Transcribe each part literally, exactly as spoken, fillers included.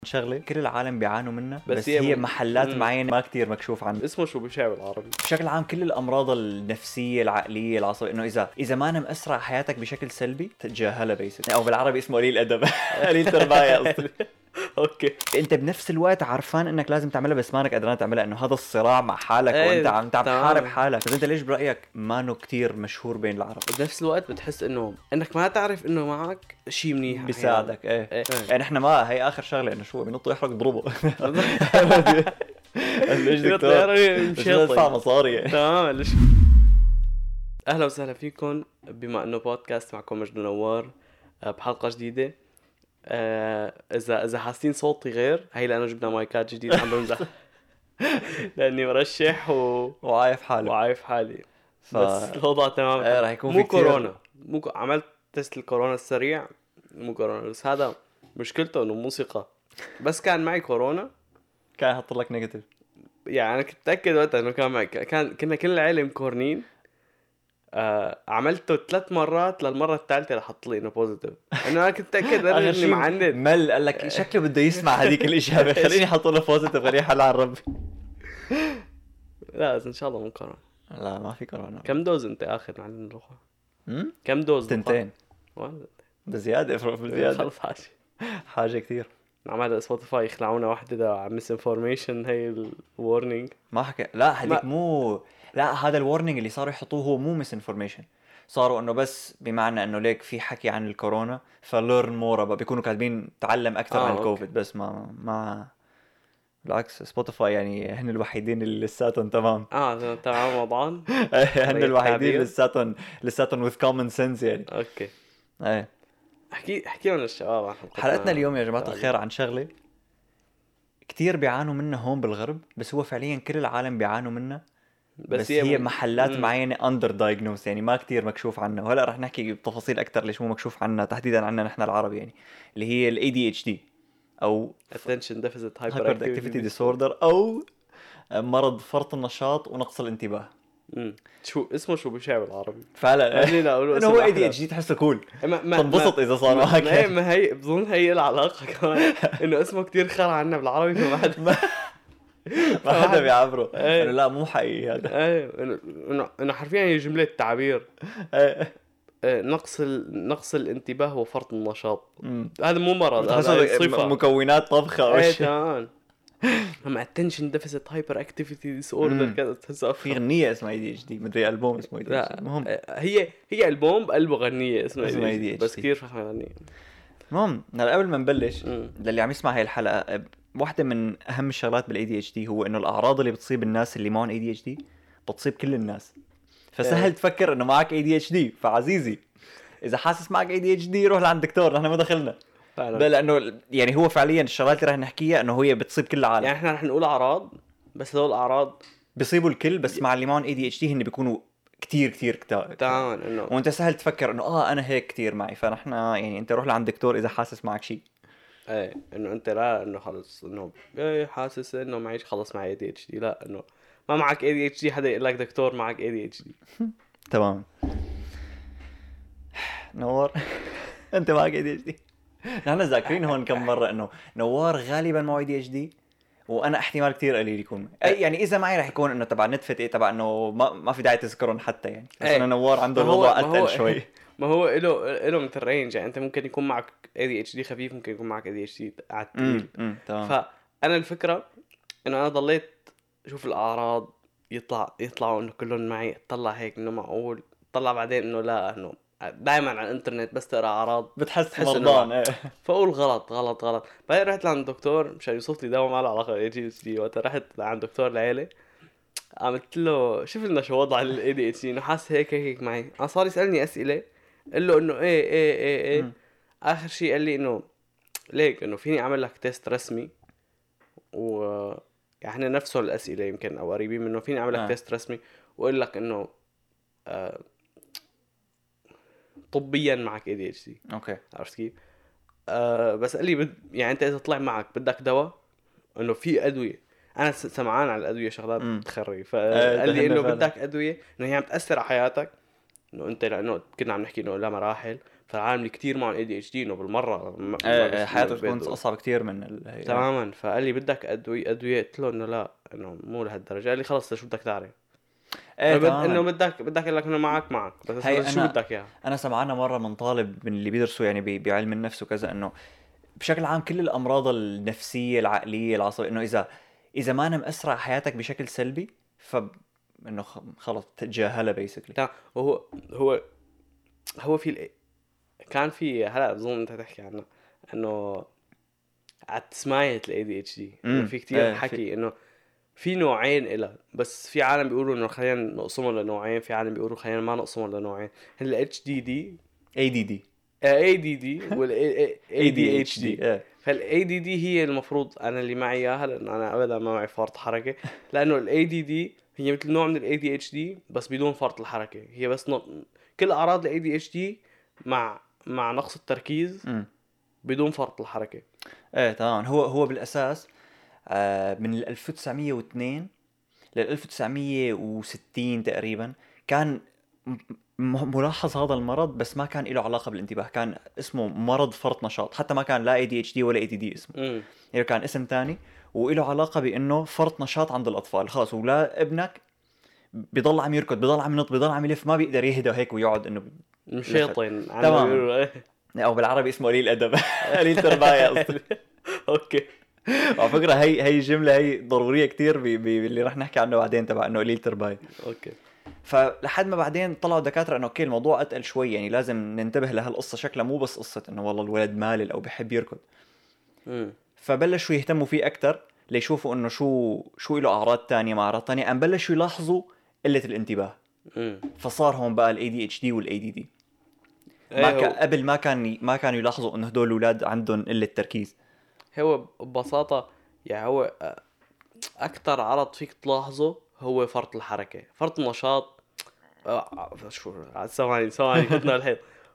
شغله كل العالم بيعانوا منها، بس بس, هي هي م- محلات مم. معينه ما كتير مكشوف عنها. اسمه شو بشع بالعربي؟ بشكل عام كل الامراض النفسيه العقليه العصبيه، انه اذا اذا ما أنا مأثرة على حياتك بشكل سلبي تتجاهلها بيسك، او بالعربي اسمه قليل ادب. قليل تربايه قصدي. اوكي. انت بنفس الوقت عارفان انك لازم تعملها بس مانك قادران تعملها، انه هذا الصراع مع حالك ايه، وانت عم تعم تمام. تحارب حالك. بس انت ليش برايك مانو كتير مشهور بين العرب؟ بنفس الوقت بتحس انه انك ما تعرف انه معك شيء منيح بيساعدك. ايه, إيه. يعني احنا ما هي اخر شغله انه شو بينط يحرق ضربه. ليش دكتور دكتور مش ندفع مصاري يعني. تمام. ليش؟ اهلا وسهلا فيكم بما انه بودكاست معكم مجد نوار بحلقه جديده. آه، اذا اذا حاسين صوتي غير هي لانه جبنا مايكات جديده، عم بمزح لاني مرشح و... وعايف حالي وعايف حالي ف... بس الوضع تمام. ايه رح يكون مو في كتير... كورونا، مو ك... عملت تست الكورونا السريع، مو كورونا، بس هذا مشكلته انه موسيقى. بس كان معي كورونا كان يحط لك نيجاتيف. يعني انا كنت متاكد وقتها انه كان معي، كان كنا كل العيله مكورنين. آه، عملته ثلاث مرات، للمره الثالثه رح احط لي انه بوزيتيف، انه انا كنت متاكد اني معند. مل قال لك شكله بده يسمع هذيك الاجابه، خليني احط له بوزيتيف خليه حل على ربي. لا ان شاء الله مو كورونا. لا ما في كورونا. كم دوز انت اخذ معلم اللغه؟ امم كم دوز؟ تنتين. واحد بزياده افرق بزياده. خلص حاجه حاجه كثير. عمل سبوتيفاي يخلعونا واحده على ميس انفورميشن، هي الورنينج ما حكى. لا هذيك ما... مو لا هذا الورنينج اللي صاروا يحطوه هو مو ميس انفورميشن، صاروا انه بس بمعنى انه ليك في حكي عن الكورونا فليرن مور، بيكونوا كاتبين تعلم اكثر آه عن أوكي. الكوفيد. بس ما ما بالعكس سبوتيفاي يعني هن الوحيدين اللي لساتهم تمام. اه تمام وضعان. هن الوحيدين لساتهم لساتهم with common sense يعني. اوكي. ايه احكي احكي لنا الشباب عن حلقتنا. حلقتنا اليوم يا جماعة الخير عن شغلة كتير بيعانوا منها هون بالغرب، بس هو فعليا كل العالم بيعانوا منها، بس, بس هي, هي محلات مم. معينة under diagnosed يعني ما كتير مكشوف عنها. وهلأ رح نحكي بتفاصيل أكتر ليش مو مكشوف عنها تحديدا عنا نحن العرب يعني، اللي هي ال إيه دي إتش دي أو attention deficit hyperactivity disorder أو مرض فرط النشاط ونقص الانتباه. امم شو اسمه شو بشع بالعربي فعلا خلينا اقول انه هو إيه دي إتش دي تحسه كول تنبسط اذا صار معك. ما, ما هي بظن هي العلاقه كمان انه اسمه كتير خرع عنا بالعربي فما حدا ما حدا بيعبره انه لا مو حقيقي هذا. ايه انه انه حرفيا هي جمله تعبير. نقص ال... نقص الانتباه وفرط النشاط. هذا مو مرض، هذا صفه مكونات طبخه او ايه شيء. تمام. هم attention deficit hyperactivity disorder كذا تحسها في غنية اسمها إيه دي إتش دي، مدري ألبوم اسمه إيه دي إتش دي. المهم هي هي ألبوم بقلبه غنية اسمها إيه دي إتش دي بس كثير فخمة غنية. المهم هلا قبل ما نبلش للي عم يسمع هاي الحلقة، واحدة من أهم الشغلات بالإيه دي إتش دي هو إنه الأعراض اللي بتصيب الناس اللي معهم إيه دي إتش دي بتصيب كل الناس. فسهل تفكر إنه معك إيه دي إتش دي، فعزيزي إذا حاسس معك إيه دي إتش دي روح لعند دكتور، نحن ما دخلنا. لا لانه يعني هو فعليا الشغلات اللي رح نحكيها انه هي بتصيب كل العالم. يعني احنا رح نقول اعراض بس هذول الاعراض بيصيبوا الكل، بس مع اللي معهم إيه دي إتش دي هن بيكونوا كتير كتير كتير تمام. انه وانت سهل تفكر انه اه انا هيك كتير معي، فنحن يعني انت روح لعند دكتور اذا حاسس معك شيء. ايه انه انت لا انه خلص انه ايه حاسس انه معيش خلص معي إيه دي إتش دي، لا انه ما معك إيه دي إتش دي حدا يقول لك دكتور معك إيه دي إتش دي. تمام. نور انت معك إيه دي إتش دي. نحن ذاكرين هون كم مرة انه نوار غالبا معه إيه دي إتش دي وانا احتمال كتير قليل يكون اي يعني اذا معي رح يكون انه تبع نتفت ايه تبع انه ما, ما في داعي تذكرهم حتى يعني. بس انا نوار عنده الوضع اتقل شوي. ما هو له له مثل رينج يعني، انت ممكن يكون معك إيه دي إتش دي خفيف، ممكن يكون معك إيه دي إتش دي على الثقيل. فانا الفكرة انه انا ضليت اشوف الاعراض يطلع يطلعوا انه كلهم معي، طلع هيك انه معقول، طلع بعدين انه لا انه دائما على الانترنت بس تقرا اعراض بتحس مرضان. ايه فاقول غلط غلط غلط. بعدين رحت لعند الدكتور مشان يوصف لي دواء ما له علاقه بالاي دي اتش دي. وقتها رحت لعند دكتور العيله قلت له شوف لنا شو وضع الاي دي اتش دي، انه حاسس هيك هيك معي. انا صار يسالني اسئله قال له انه ايه ايه ايه ايه م. اخر شيء قال لي انه ليك انه فيني اعمل لك تيست رسمي، و يعني نفسه الاسئله يمكن او قريبين منه، فيني اعمل لك آه. تيست رسمي واقول لك انه آه طبيا معك إيه دي إتش دي. اوكي عرفت كيف؟ آه بس قال لي بد... يعني انت اذا طلع معك بدك دواء، انه في ادويه، انا سمعان على الادويه شغلات تخري، فقال لي انه بدك ادويه انه هي عم تاثر على حياتك، انه انت لانه كنا عم نحكي انه لا مراحل، فالعالم اللي كتير معهم إيه دي إتش دي انه بالمره م- آه، ما حياتك بيس- تكون اصعب كتير من ال... تماما. فقال لي بدك ادويه ادويه، قلت له انه لا، انه مو لهالدرجه. قال لي خلص شو بدك تعرف، ايه أنا بد... تماما. انه بدك بدك اقول لك انه معك معك بس هي شو انا بدك اياه. انا سمعنا مره من طالب من اللي بيدرسوا يعني ب- بعلم النفس وكذا، انه بشكل عام كل الامراض النفسيه العقليه العصبيه، انه اذا اذا ما انا مأثر على حياتك بشكل سلبي ف انه خ- خلص تتجاهلها بيسكلي. تمام. وهو هو هو في ال... كان في هلا بظن انت تحكي عنه، انه على تسماية ال إيه دي إتش دي انه امم في كتير ايه في حكي انه في نوعين إلها، بس في عالم بيقولوا انه خلينا نقسمهم لنوعين، في عالم بيقولوا خلينا ما نقسمهم لنوعين. ال إتش دي دي اي دي دي إيه دي دي وال إيه دي إتش دي. ايه فال إيه دي دي هي المفروض انا اللي معي اياها، لان انا ابدا ما معي فرط حركه. لانه ال إيه دي دي هي مثل نوع من ال إيه دي إتش دي بس بدون فرط الحركه. هي بس ن... كل اعراض ال إيه دي إتش دي مع مع نقص التركيز امم بدون فرط الحركه. ايه تمام. هو هو بالاساس آه من ال ألف وتسعمية واثنين لل ألف وتسعمية وستين تقريبا كان م- م- ملاحظ هذا المرض، بس ما كان له علاقه بالانتباه، كان اسمه مرض فرط نشاط، حتى ما كان لا اي دي اتش دي ولا اي دي دي اسمه، امم يعني كان اسم تاني وله علاقه بانه فرط نشاط عند الاطفال. خلاص ولا ابنك بيضل عم يركض، بيضل عم ينط، بيضل عم يلف، ما بيقدر يهدى هيك ويقعد انه مشيطين عم تماما. بيقولوا. او بالعربي اسمه قليل ادب قليل تربايه قصدي. اوكي. على فكره هي هي الجمله هي ضروريه كتير ب- ب- باللي رح نحكي عنه بعدين تبع انه قليل تربايه. اوكي. فلحد ما بعدين طلعوا الدكاتره انه اوكي الموضوع اتقل شوي، يعني لازم ننتبه لهالقصه، شكلها مو بس قصه انه والله الولد مالل او بحب يركض. امم فبلشوا يهتموا فيه اكثر ليشوفوا انه شو شو له اعراض تانية مع اعراض تانية، قام بلشوا يلاحظوا قله الانتباه. امم فصار هون بقى الاي دي اتش دي والاي دي دي. ما ايه كان هو قبل ما كان ما كانوا يلاحظوا انه هدول الاولاد عندهم قله تركيز. هو ببساطه يعني هو اكتر عرض فيك تلاحظه هو فرط الحركه، فرط النشاط. آه، شو ثواني ثواني فتنا الحيط.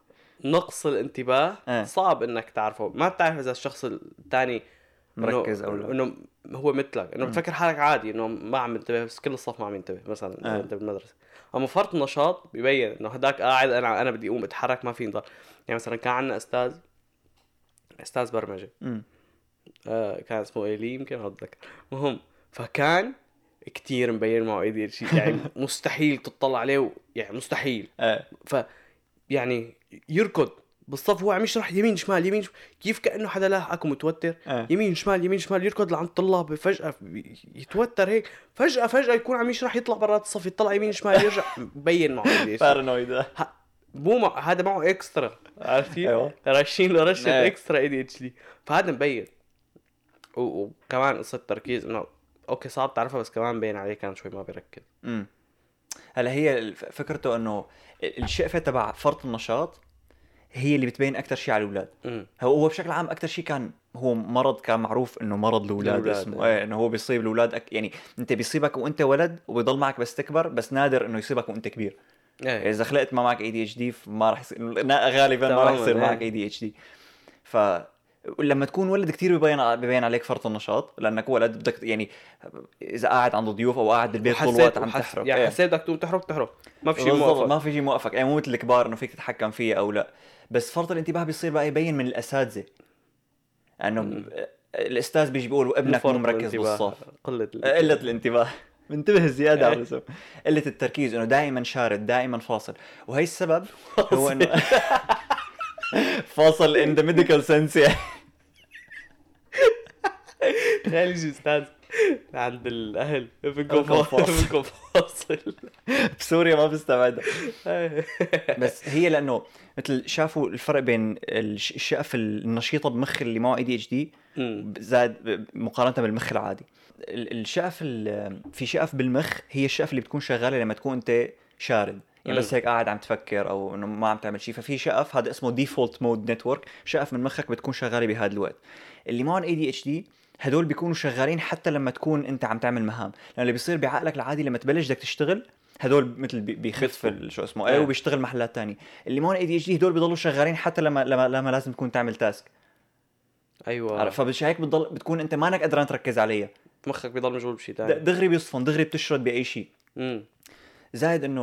نقص الانتباه اه صعب انك تعرفه، ما بتعرف اذا الشخص الثاني مركز او لا. انه هو مثلك، انه مم. بتفكر حالك عادي انه ما عم ينتبه بس كل الصف ما عم ينتبه مثلا آه. اذا انت بالمدرسه. اما فرط النشاط بيبين انه هداك قاعد انا انا بدي اقوم اتحرك ما في نضل. يعني مثلا كان عندنا استاذ استاذ برمجه امم آه كان اسمه ايلي يمكن اتذكر. المهم فكان كتير مبين معه اي دي اتش دي، يعني مستحيل تطلع عليه و... يعني مستحيل. اه ف يعني يركض بالصف هو عم يشرح يمين شمال يمين شمال. كيف كانه حدا لاحقك ومتوتر اه يمين شمال يمين شمال يركض لعند الطلاب، فجاه يتوتر هيك، فجاه فجاه يكون عم يشرح يطلع برات الصف يطلع يمين شمال يرجع مبين معه اي دي اتش دي. بارانويد. ه- مو مع... هذا معه اكسترا، عرفتي؟ ايوه راشين له رشه ايه. اكسترا اي دي اتش دي. فهذا مبين. و... وكمان قصه تركيز انه اوكي صعب تعرفها بس كمان مبين عليه كان شوي ما بيركز. امم هلا هي الف- فكرته انه الشقفه تبع فرط النشاط هي اللي بتبين اكثر شيء على الاولاد. امم هو هو بشكل عام اكثر شيء كان هو مرض كان معروف انه مرض الاولاد الأولاد، اسمه إيه. ايه، انه هو بيصيب الاولاد أك... يعني انت بيصيبك وانت ولد وبيضل معك بس تكبر، بس نادر انه يصيبك وانت كبير. ايه اذا خلقت ما معك اي دي اتش دي ما راح يصير نا- غالبا ما راح تماماً، يصير إيه. معك اي دي اتش دي. ف لما تكون ولد كتير ببين ببين عليك فرط النشاط، لانك ولد بدك يعني اذا قاعد عند ضيوف او قاعد بالبيت طول الوقت عم وحس... تحرق يعني إيه. حسيت بدك تقوم تحرك تحرك ما في شيء بالضبط موقفك. ما في شيء موقفك، يعني مو مثل الكبار انه فيك تتحكم فيه او لا. بس فرط الانتباه بيصير بقى يبين من الاساتذه، انه مم. الاستاذ بيجي بيقول ابنك مو مركز الانتباه، بالصف. قلة قله الانتباه منتبه زياده إيه. على الاسم. قله التركيز، انه دائما شارد دائما فاصل. وهي السبب هو انه فاصل in the medical sense يعني. تخيل يجي استاذ عند الاهل بدكم بدكم فاصل. بدكم فاصل. بسوريا ما بستبعدها. بس هي لانه مثل شافوا الفرق بين الش- الشقف النشيطه بمخ اللي معه اي دي اتش دي أمم. زاد مقارنه بالمخ العادي. ال- الشقف ال- في شقف بالمخ هي الشقف اللي بتكون شغاله لما تكون انت شارد، يعني بس مم. هيك قاعد عم تفكر او انه ما عم تعمل شيء. ففي شقف هذا اسمه ديفولت مود نتورك، شقف من مخك بتكون شغاله بهذا الوقت. اللي معهم اي دي اتش دي هدول بيكونوا شغالين حتى لما تكون انت عم تعمل مهام، لانه اللي بيصير بعقلك العادي لما تبلش بدك تشتغل هدول مثل بي- بيخف ال- شو اسمه ايه، آه. وبيشتغل محلات تانية. اللي معهم اي دي اتش دي هدول بيضلوا شغالين حتى لما لما لما لازم تكون تعمل تاسك. ايوه عارف؟ فبش هيك بتضل بتكون انت مانك قادران تركز عليها، مخك بيضل مشغول بشيء د- ثاني. دغري بيصفن، دغري بتشرد باي شيء. امم زائد انه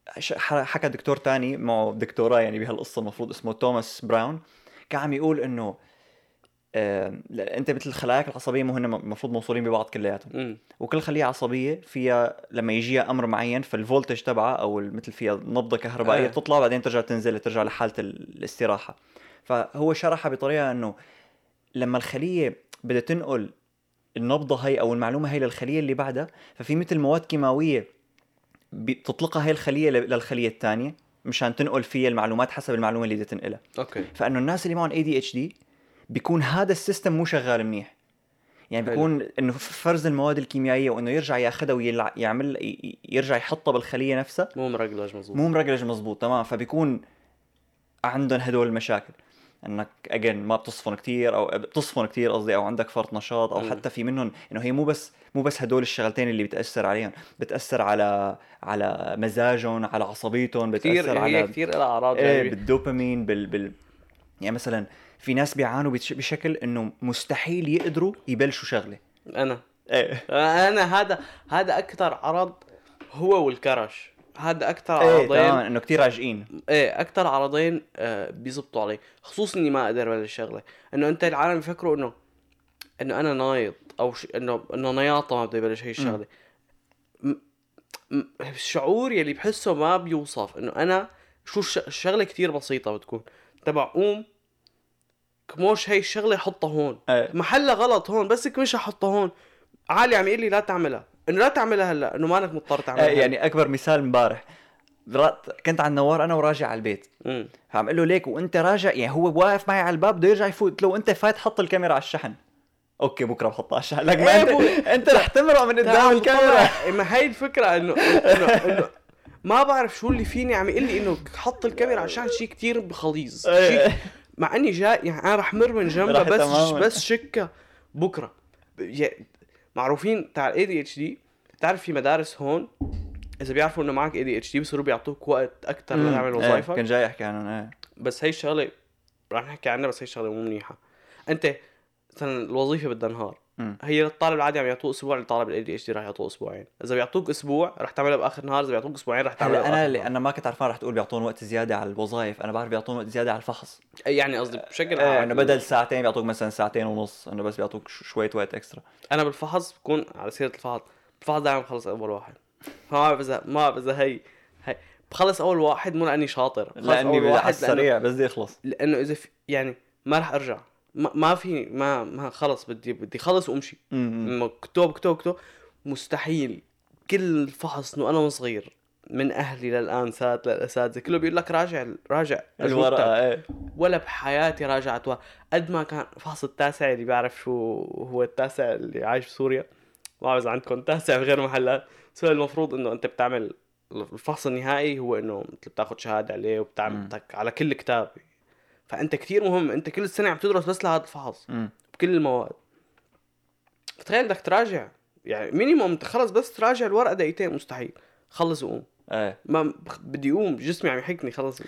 حكى دكتور تاني معه دكتوراه يعني بهالقصة المفروض اسمه توماس براون، كان عم يقول انه آه انت مثل الخلاياك العصبيه مو هن المفروض موصولين ببعض كلياتهم، وكل خليه عصبيه فيها لما يجيها امر معين فالفولتج تبعها او مثل فيها نبضه كهربائيه آه. بتطلع بعدين ترجع تنزل ترجع لحاله الاستراحه. فهو شرحها بطريقه انه لما الخليه بدها تنقل النبضه هي او المعلومه هي للخليه اللي بعدها، ففي مثل مواد كيماويه بتطلقها هي الخليه للخليه الثانيه مشان تنقل فيها المعلومات حسب المعلومه اللي بدها تنقلها. اوكي. فانه الناس اللي معهم إيه دي إتش دي بيكون هذا السيستم مو شغال منيح، يعني بيكون حلو. انه فرز المواد الكيميائيه وانه يرجع ياخذها ويعمل يرجع يحطها بالخليه نفسها مو مرجلج مزبوط مو مرجلج مزبوط تمام. فبيكون عندهم هدول المشاكل انك اجين ما بتصفن كتير او بتصفن كتير قصدي او عندك فرط نشاط او م. حتى في منهم انه هي مو بس مو بس هدول الشغلتين اللي بتاثر عليهم، بتاثر على على مزاجهم على عصبيتهم، بتاثر كتير على هي كثير لها اعراض ايه بالدوبامين بال بال يعني مثلا في ناس بيعانوا بشكل انه مستحيل يقدروا يبلشوا شغله. انا ايه انا هذا هذا اكثر عرض هو والكرش، هذا اكثر ايه عرضين تمام انه كتير راجعين. ايه اكثر عرضين آه بيزبطوا علي، خصوصا اني ما اقدر بلش شغله. انه انت العالم يفكروا انه انه انا نايط او ش... انه انه نياطه ما بدي بلش هي الشغله. م... م... الشعور يلي بحسه ما بيوصف. انه انا شو الش... الشغله كتير بسيطه بتكون تبع قوم كموش هي الشغله حطها هون أيه. محلها غلط هون بس مش احطها هون. عالي عم يقول لي لا تعملها، انه لا تعملها هلا، انه ما انك مضطر تعملها. أيه يعني اكبر مثال امبارح كنت على النوار انا وراجع على البيت، فعم قال له ليك وانت راجع، يعني هو واقف معي على الباب بده يرجع يفوت، لو انت فات حط الكاميرا على الشحن. اوكي بكره بحطها على الشحن. لك ما انت انت رح تمرق من قدام الكاميرا. ما هي الفكره انه انه انه ما بعرف شو اللي فيني عم يقول لي انه حط الكاميرا على الشحن. شيء كتير بخليص شيء، مع اني جاي يعني انا رح مر من جنبها بس تماماً. بس شكه بكره معروفين تاع الاي دي اتش دي. تعرف في مدارس هون اذا بيعرفوا انه معك اي دي اتش دي بصيروا بيعطوك وقت اكثر لتعمل وظائفك. كان جاي احكي عنها ايه. بس هي الشغله رح نحكي عنها، بس هي الشغله مو منيحه. انت مثلا الوظيفه بدها نهار، م. هي الطالب العادي عم يعطوه اسبوع، للطالب الاي دي اتش دي رح يعطوه اسبوعين. اذا بيعطوك اسبوع رح تعملها باخر نهار، اذا بيعطوك اسبوعين رح تعملها باخر انا نهار. انا ما كنت عارفان رح تقول بيعطون وقت زياده على الوظائف، انا بعرف بيعطون وقت زياده على الفحص. يعني قصدي بشكل عام انه بدل ساعتين بيعطوك مثلا ساعتين ونص، انه بس بيعطوك شويه وقت اكسترا. انا بالفحص بكون على سيره الفحص، الفحص دائما بخلص اول واحد. ما بعرف اذا ما بعرف اذا هي هي بخلص اول واحد مو لاني شاطر، لاني على السريع بس بدي اخلص، لانه اذا في يعني ما رح ارجع، ما, ما في ما ما خلص بدي بدي خلص وامشي. كتب كتب كتب مستحيل. كل فحص انه انا صغير من اهلي للان سات للاساتذه كله بيقول لك راجع راجع الورقه ايه. ولا بحياتي راجعت. قد ما كان فحص التاسع اللي بيعرف شو هو التاسع اللي عايش في سوريا، ما بعرف عندكم تاسع بغير محلات. سو المفروض انه انت بتعمل الفحص النهائي هو انه انت بتاخذ شهاده عليه وبتعمل على كل كتاب. فانت كتير مهم، انت كل السنه عم تدرس بس لهذا الفحص م. بكل المواد. تخيل بدك تراجع يعني مينيموم خلص بس تراجع الورقه دقيقتين، مستحيل. خلص وقوم. ايه ما بدي اقوم جسمي عم يحكني خلص.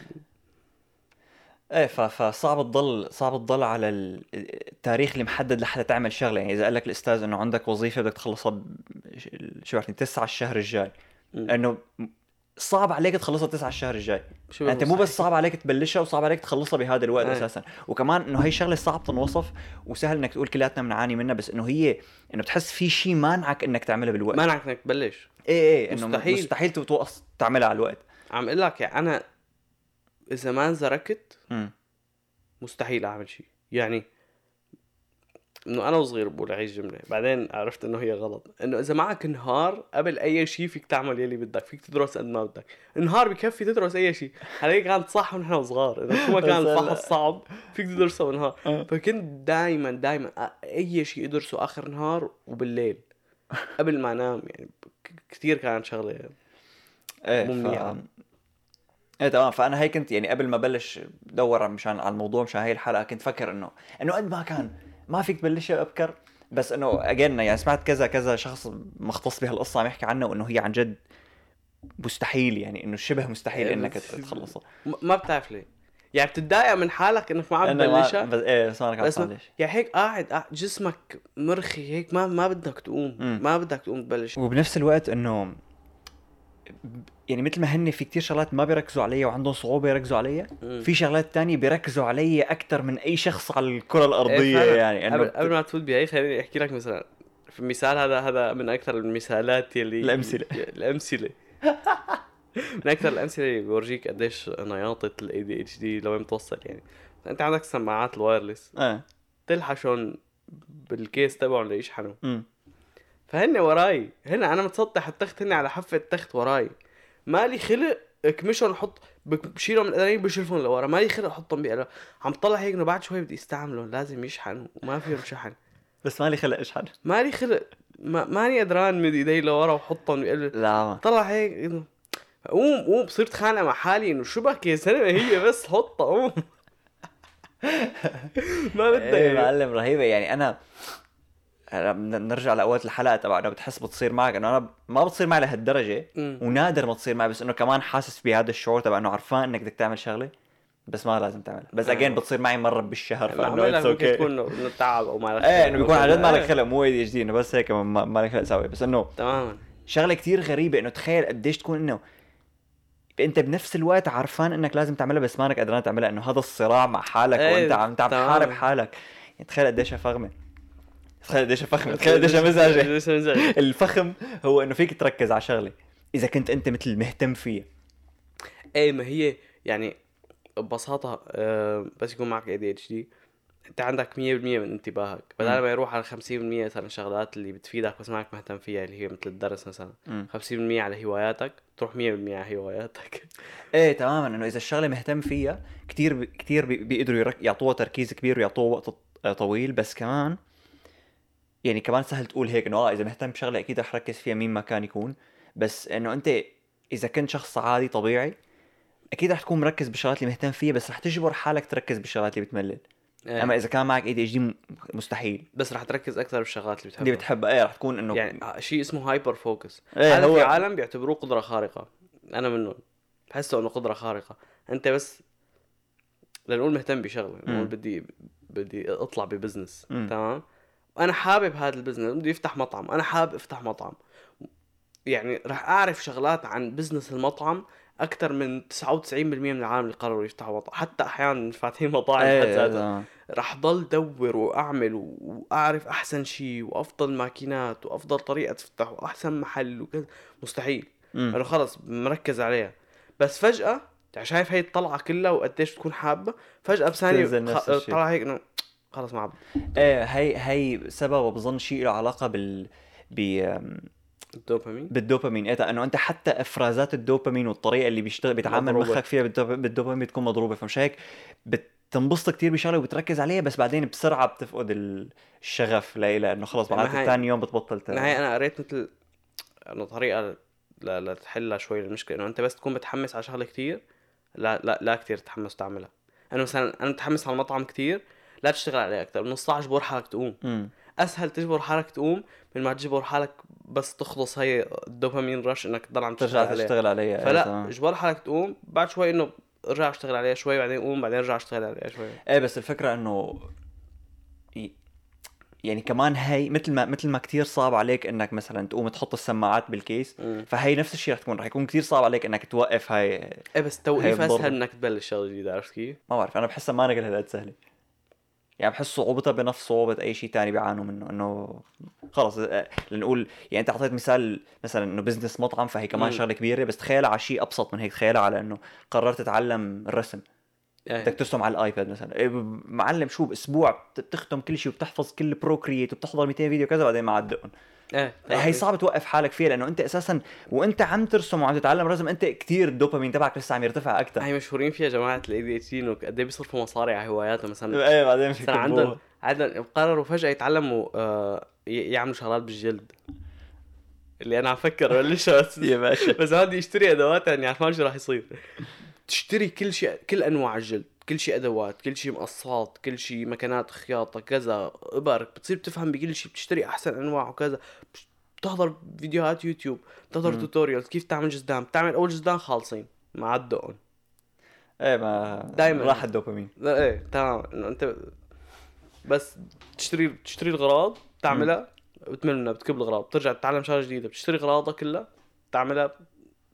ايه فصعب تضل صعب تضل على التاريخ اللي محدد لحتى تعمل شغله. يعني اذا قال لك الاستاذ انه عندك وظيفه بدك تخلصها ب... شو بعرفني تسعة الشهر الجاي، انه صعب عليك تخلصها تسعة الشهر الجاي. يعني انت مو بس صعب عليك تبلشها وصعب عليك تخلصها بهذا الوقت أيه. اساسا. وكمان انه هي شغله صعب تنوصف وسهل انك تقول كلياتنا بنعاني منها، بس انه هي انه بتحس في شيء مانعك انك تعملها بالوقت، مانعك انك تبلش. ايه ايه انه مستحيل مستحيل توقف تعملها على الوقت. عم اقول لك يعني انا اذا ما انزركت م. مستحيل اعمل شيء. يعني انه انا وصغير بقول هاي الجمله بعدين عرفت انه هي غلط، انه اذا معك نهار قبل اي شيء فيك تعمل يلي بدك، فيك تدرس قد ما بدك. النهار بكفي تدرس اي شيء. هذيك كانت صح ونحن صغار، اذا شو ما كان الفحص صعب فيك تدرسه بالنهار. فكنت دائما دائما اي شيء ادرسه اخر نهار وبالليل قبل ما انام. يعني كثير كانت شغله مو منيحه. ايه تمام. فانا هيك كنت يعني قبل ما بلش دور مشان على الموضوع مشان هاي الحلقه كنت فكر انه انه قد ما كان ما فيك تبلشها ابكر، بس انه اجينا يعني سمعت كذا كذا شخص مختص بهالقصه عم يحكي عنها وانه هي عن جد مستحيل، يعني انه شبه مستحيل إيه انك تخلصها. ما بتعرف ليه يعني بتتضايق من حالك انك ما عم تبلشها. بس ايه بس ما عم تبلش يعني هيك قاعد, قاعد جسمك مرخي هيك ما ما بدك تقوم م. ما بدك تقوم تبلش. وبنفس الوقت انه يعني مثل ما هن في كتير شغلات ما بيركزوا عليها وعندهم صعوبة يركزوا عليها، مم. في شغلات تانية بيركزوا عليها أكتر من أي شخص على الكرة الأرضية. إيه يعني قبل, إنه قبل ما تفوت بهي خليني احكي لك مثلا في مثال، هذا هذا من اكثر المثالات يلي الأمثلة. الامثله من اكثر الامثله اللي بورجيك قديش نياطه الاي دي اتش دي لوين بتوصل. يعني انت عندك سماعات الوايرلس آه. تلحشون بالكيس تبعهم ليشحنوا، أمم. فهن وراي، هنا انا متسطح التخت، هن على حافه التخت وراي، مالي خلق اكمشهم حط بشيلهم من القدرين بشيلهم لورا، مالي خلق احطهم بقلب. عم طلع هيك انه بعد شوي بدي استعملهم لازم يشحنوا وما فيهم شحن، بس مالي خلق اشحن. مالي خلق ما ماني قدران مد ايدي لورا وحطهم بقلب. لا طلع هيك انه قوم قوم بصير اتخانق مع حالي انه شو بك يا زلمه، هي بس حطها قوم. ما بدها ايه يعني. معلم رهيبة. يعني انا هلا بدنا نرجع لاول الحلقه تبع انه بتحس بتصير معك، انه انا ما بتصير معي لهالدرجه مم. ونادر ما تصير معي، بس انه كمان حاسس بهذا الشعور تبع انه عرفان انك بدك تعمل شغله بس ما لازم تعملها، بس آه. اجين بتصير معي مره بالشهر، فانه عملها اتس ممكن اوكي. تكون انه تعب او ما لك ايه انه بيكون عن جد ما لك إيه. خلق، مو ايدي جديد انه بس هيك ما ما لك خلق تسوي. بس انه تماما شغله كتير غريبه انه تخيل قديش تكون انه انت بنفس الوقت عارفان انك لازم تعملها بس مانك قادران تعملها، انه هذا الصراع مع حالك ايه وانت عم تعم تمام. تحارب حالك. يعني تخيل قديش فخمه، تخيل قديش فخمه، تخيل قديش مزعجه. قديش مزعجه. الفخم هو انه فيك تركز على شغله اذا كنت انت مثل مهتم فيها. ايه ما هي يعني ببساطة آه بس يكون معك اي دي اتش دي انت عندك مية بالمية من انتباهك، بدل ما يروح على خمسين بالمية مثلا الشغلات اللي بتفيدك بس معك مهتم فيها اللي هي مثل الدرس مثلا، مم. خمسين بالمية على هواياتك تروح مية بالمية على هواياتك. ايه تماما، انه اذا الشغله مهتم فيها كتير ب... كتير بي... بيقدروا يرك... يعطوها تركيز كبير ويعطوها وقت طويل. بس كمان يعني كمان سهل تقول هيك انه اه اذا مهتم بشغله اكيد رح ركز فيها مين ما كان يكون، بس انه انت اذا كنت شخص عادي طبيعي اكيد رح تكون مركز بالشغلات اللي مهتم فيها، بس رح تجبر حالك تركز بالشغلات اللي بتملل. ايه. اما اذا كان معك اي دي اتش دي مستحيل. بس رح تركز اكثر بالشغلات اللي بتحبها اللي بتحبها ايه رح تكون انه يعني شيء اسمه هايبر فوكس. إيه هذا هو... في عالم بيعتبروه قدرة خارقة، انا منهم بحسه انه قدرة خارقة. انت بس لنقول مهتم بشغله، نقول بدي بدي اطلع ببزنس تمام، وانا حابب هذا البزنس، بدي افتح مطعم، انا حابب افتح مطعم، يعني راح اعرف شغلات عن بزنس المطعم اكثر من تسعة وتسعين بالمية من العالم اللي قرروا يفتحوا مطعم، حتى احيانا فاتحين مطاعم ايه بحد ذاتها. راح ضل دور واعمل واعرف احسن شيء وافضل ماكينات وافضل طريقه تفتح واحسن محل وكذا، مستحيل. انا خلص مركز عليها، بس فجاه يعني شايف هي الطلعه كلها وقديش بتكون حابه، فجاه بثانيه خ... طلع هيك انه خلص ما عم. ايه هي هي سبب بظن شيء له علاقه بال ب الدوبامين بالدوبامين. ايه انه انت حتى افرازات الدوبامين والطريقه اللي بيشتغل بيتعامل مضروبة. مخك فيها بالدوبامين بتكون مضروبه، فمش هيك بتنبسط كتير بشغله وبتركز عليها، بس بعدين بسرعه بتفقد الشغف ليلى انه خلص بعد ثاني يوم بتبطل تاني. هي انا قريت مثل انه طريقه لا لا تحلها شوي المشكله، انه انت بس تكون متحمس على شغله كتير، لا لا لا كتير تتحمس تعملها. انا مثلا انا متحمس على المطعم كتير، لا تشتغل عليه اكثر، نص ساعه اجبر حالك تقوم. م. اسهل تجبر حالك تقوم من ما تجبر حالك بس تخلص هي الدوبامين رش انك تضل عم تشتغل ترجع عليه. تشتغل عليها. فلا ايه اجبر حالك تقوم، بعد شوي انه ارجع اشتغل عليها شوي، بعدين قوم، بعدين ارجع اشتغل عليها شوي. ايه بس الفكره انه يعني كمان هي مثل ما مثل ما كتير صعب عليك انك مثلا تقوم تحط السماعات بالكيس، م. فهي نفس الشيء رح تكون رح يكون كتير صعب عليك انك توقف هاي. ايه بس توقيف هاي اسهل منك تبلش شغله جديده، عرفت كيف؟ ما بعرف، انا بحسها ما نقل هالقد سهله. يعني بحس صعوبتها بنفس صعوبة أي شيء تاني بيعانوا منه، إنه خلص لنقول يعني أنت أعطيت مثال مثلا إنه بزنس مطعم، فهي كمان شغلة كبيرة، بس تخيلها على شيء أبسط من هيك، تخيلها على إنه قررت تتعلم الرسم، بدك ترسم على الآيباد مثلا، إيه معلم شو بأسبوع بتختم كل شيء وبتحفظ كل بروكريت وبتحضر مئتين فيديو كذا، بعدين ما عاد دقن. ايه هي صعب توقف حالك فيها، لانه انت اساسا وانت عم ترسم وعم تتعلم رسم انت كتير الدوبامين تبعك لسه عم يرتفع اكثر. هي مشهورين فيها جماعه الاي دي اتش دي انه قد ايه بيصرفوا مصاري على هواياتهم مثلا. ايه بعدين مثلا عندهم عندهم قرروا فجاه يتعلموا آه يعملوا شغلات بالجلد، اللي انا عم فكر بلش بس يا باشا بس هادي يشتري ادوات يعني عارفان شو راح يصير، تشتري كل شيء، كل انواع الجلد، كل شيء ادوات، كل شيء مقصات، كل شيء مكانات خياطه كذا، ابر، بتصير بتفهم بكل شيء، بتشتري احسن انواع وكذا، بتحضر فيديوهات يوتيوب، بتحضر توتوريالز كيف تعمل جزدان، بتعمل اول جزدان خالصين مع الدقن. ايه ما دايما راح الدوبامين. ايه تمام، انه انت بس تشتري تشتري الغراض تعملها وتمل منها، بتكب الغراض، بترجع تتعلم شغله جديده، بتشتري غراضها كلها تعملها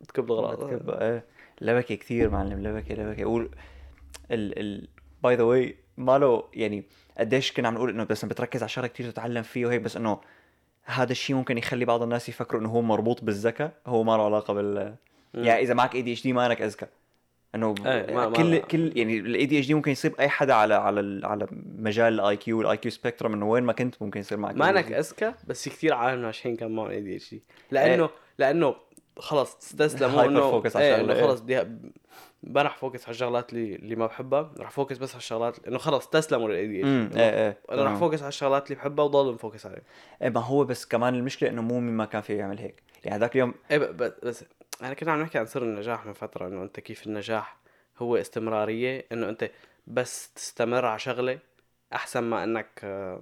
تكب الغراض بتكب ايه لبكه كثير معلم لبكه لبكه قول ال ال باي ذا واي ماله يعني قديش كنا عم نقول انه بس بتركز على شغله كثير تتعلم فيه وهيك بس انه هذا الشيء ممكن يخلي بعض الناس يفكروا انه هو مربوط بالذكاء هو ما له علاقه بال مم. يعني اذا معك اي دي اتش دي ما انك اذكى انه ايه ما كل ما كل يعني الاي دي اتش دي ممكن يصيب اي حدا على على ال- على مجال الاي كيو الاي كيو سبيكترم انه وين ما كنت ممكن يصير معك ما إيه دي انك إتش دي. اذكى بس كثير عالم ناجحين كان معهم اي دي اتش دي لانه لانه خلص استسلموا Hyper انه focus على ايه الشغلة، انه إيه. خلص بدي ما راح فوكس على الشغلات اللي اللي ما بحبها راح فوكس بس على الشغلات انه خلص استسلموا للاي دي امم اتش ايه دي ايه انا راح تمام. فوكس على الشغلات اللي بحبها وضل مفوكس عليها. ايه ما هو بس كمان المشكله انه مو مين ما كان فيه يعمل هيك يعني ذاك اليوم ايه ب- ب- بس انا كنا عم نحكي عن سر النجاح من فتره انه انت كيف النجاح هو استمراريه انه انت بس تستمر على شغله احسن ما انك آه،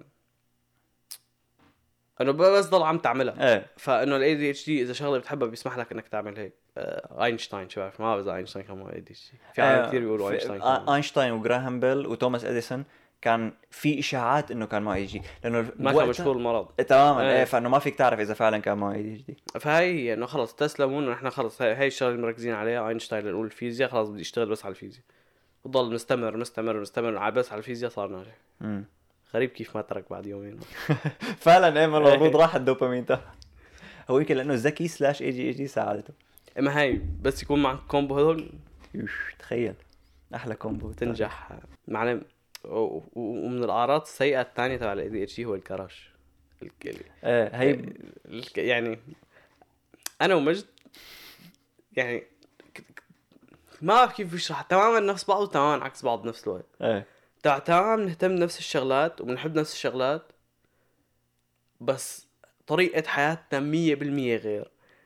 انه بس ضل عم تعملها. ايه فانه الاي دي اتش دي اذا شغله بتحبها بيسمح لك انك تعمل هيك. آه، اينشتاين شو بعرف ما بعرف اذا اينشتاين كان معه اي دي اتش دي في عالم كثير بيقولوا في- اينشتاين آ- كان معه. اينشتاين وجراهام بيل وتوماس اديسون كان في اشاعات انه كان معه اي دي لانه ما كان بوقتها- مشهور المرض. تماما إيه. ايه فانه ما فيك تعرف اذا فعلا كان معه اي دي دي فهي انه خلص تسلموا انه احنا خلص هاي هاي الشغله اللي مركزين عليها اينشتاين نقول الفيزياء خلص بدي اشتغل بس على الفيزياء وضل مستمر مستمر مستمر على بس على الفيزياء صار ناجح. امم غريب كيف ما ترك بعد يومين. فعلا ايه المفروض راح الدوبامين تبعه هو يمكن لانه ذكي سلاش اي جي اي جي ساعدته. اما هاي بس يكون معك كومبو هدول يوش تخيل احلى كومبو تنجح معلم. و- و- ومن الاعراض السيئه الثانيه تبع الاي دي اتش دي هو الكراش. الك- ايه هي الك- يعني انا ومجد يعني ك- ك- ما بعرف كيف اشرح تماما نفس بعض وتماما عكس بعض بنفس الوقت. ايه تع- تماما بنهتم بنفس الشغلات وبنحب نفس الشغلات بس طريقة حياتنا مية بالمية غير.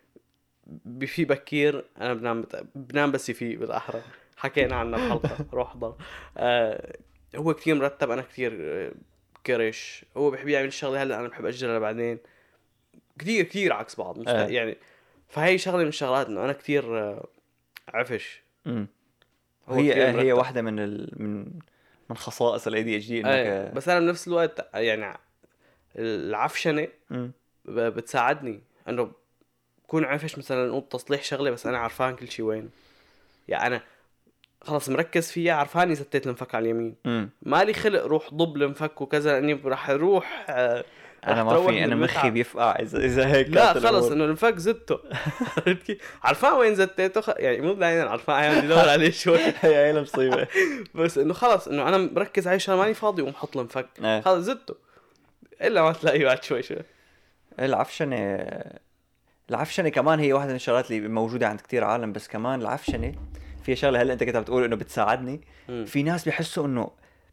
بفي بكير انا بنام بت... بنام بس يفيق بالاحرى حكينا عنها بحلقة روح ضل. آه هو كتير مرتب انا كتير آه، كرش. هو بحب يعمل الشغلة هلا انا بحب اجلها بعدين. كتير كتير عكس بعض مست... آه. يعني فهي شغلة من الشغلات انه انا كتير آه، عفش. امم هو هي كتير هي مرتب. واحدة من ال... من من خصائص الاي دي اتش دي ايه انك بس انا بنفس الوقت يعني العفشنة مم. ب- بتساعدني انه بكون عفش مثلا نقول تصليح شغله بس انا عارفان كل شيء وين. يعني انا خلص مركز فيها عارفاني زتيت المفك على اليمين مم. مالي خلق روح ضب المفك وكذا لاني راح اروح آه، انا رح ما تروح في انا من مخي المتعب. بيفقع اذا اذا هيك لا كانت خلص الأمور. انه المفك زته. عرفت كيف؟ عارفان وين زتيته خ... يعني مو بعدين عارفان عم بدور عليه شوي. هي هي المصيبة. بس انه خلص انه انا مركز على شغله ماني فاضي وقوم حط المفك إيه. خلص زته الا ما تلاقيه بعد شوي شوي. العفشنة العفشنة كمان هي واحدة من الشغلات اللي موجودة عند كتير عالم بس كمان العفشنة في شغلة هلا انت كنت عم تقول انه بتساعدني. مم. في ناس بيحسوا انه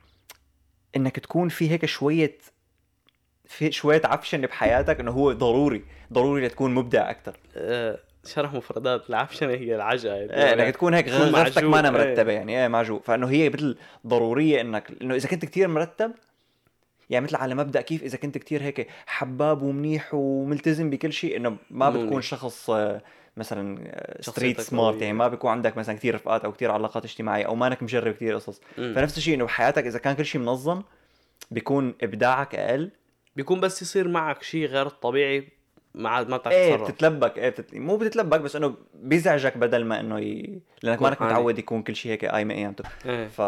انك تكون في هيك شوية في شوية عفشنة بحياتك انه هو ضروري ضروري لتكون مبدع اكتر. آه، شرح مفردات العفشنة هي العجقة. ايه انك تكون هيك تكون غرفتك ما أنا معجوق، مرتبة يعني ايه معجوق فانه هي مثل ضرورية انك انه اذا كنت كتير مرتب يعني مثل على مبدأ كيف اذا كنت كتير هيك حباب ومنيح وملتزم بكل شيء انه ما مو بتكون منيح. شخص آه، مثلا ستريت شخصيتك سمارت قوية. يعني ما بيكون عندك مثلا كتير رفقات او كتير علاقات اجتماعية او مانك مجرب كتير قصص. مم. فنفس الشيء انه بحياتك اذا كان كل شيء منظم بيكون ابداعك اقل. بيكون بس يصير معك شيء غير الطبيعي ما ما بتعرف ايه تتصرف. بتتلبك ايه بتت... مو بتتلبك بس انه بيزعجك بدل ما انه ي... لانك يكون مانك حالي. متعود يكون كل شيء هيك قايمه ايامته. ايه. ف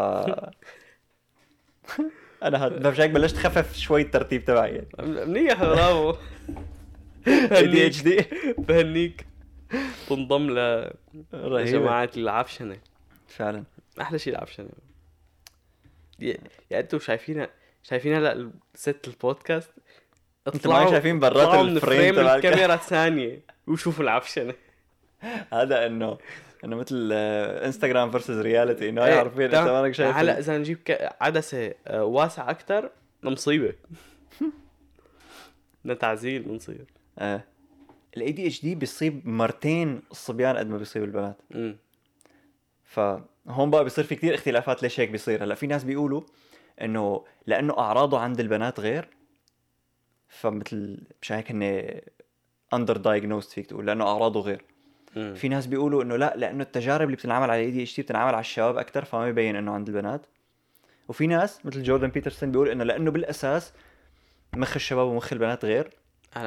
انا هاد مش هيك بلشت خفف شوي الترتيب تبعي يعني. منيح برافو. اي دي اتش دي بهنيك تنضم ل رهيبه جماعة العفشنة. فعلا. احلى شيء العفشنة. يا يا انتوا شايفينها شايفين هلا ست البودكاست انتوا ما شايفين برات اطلعوا من الفريم فريم تبع الك- الكاميرا ثانية وشوفوا العفشنة. هذا انه انه مثل آه، انستغرام فيرسز رياليتي انه إيه، هي عارفين انت تمام. مانك شايف هلا ال- اذا نجيب ك- عدسة آه، واسعة اكثر مصيبة. نتعزيل بنصير. اه الاي دي اتش دي بيصيب مرتين الصبيان قد ما بيصيب البنات. امم فهون بقى بيصير في كتير اختلافات ليش هيك بيصير. هلا في ناس بيقولوا انه لانه اعراضه عند البنات غير فمثل مش هيك هن اندر دايجنوست فيك تقول لانه اعراضه غير. امم في ناس بيقولوا انه لا لانه التجارب اللي بتنعمل على الاي دي اتش دي بتنعمل على الشباب اكثر فما يبين انه عند البنات. وفي ناس مثل جوردن بيترسون بيقول انه لانه بالاساس مخ الشباب ومخ البنات غير هلا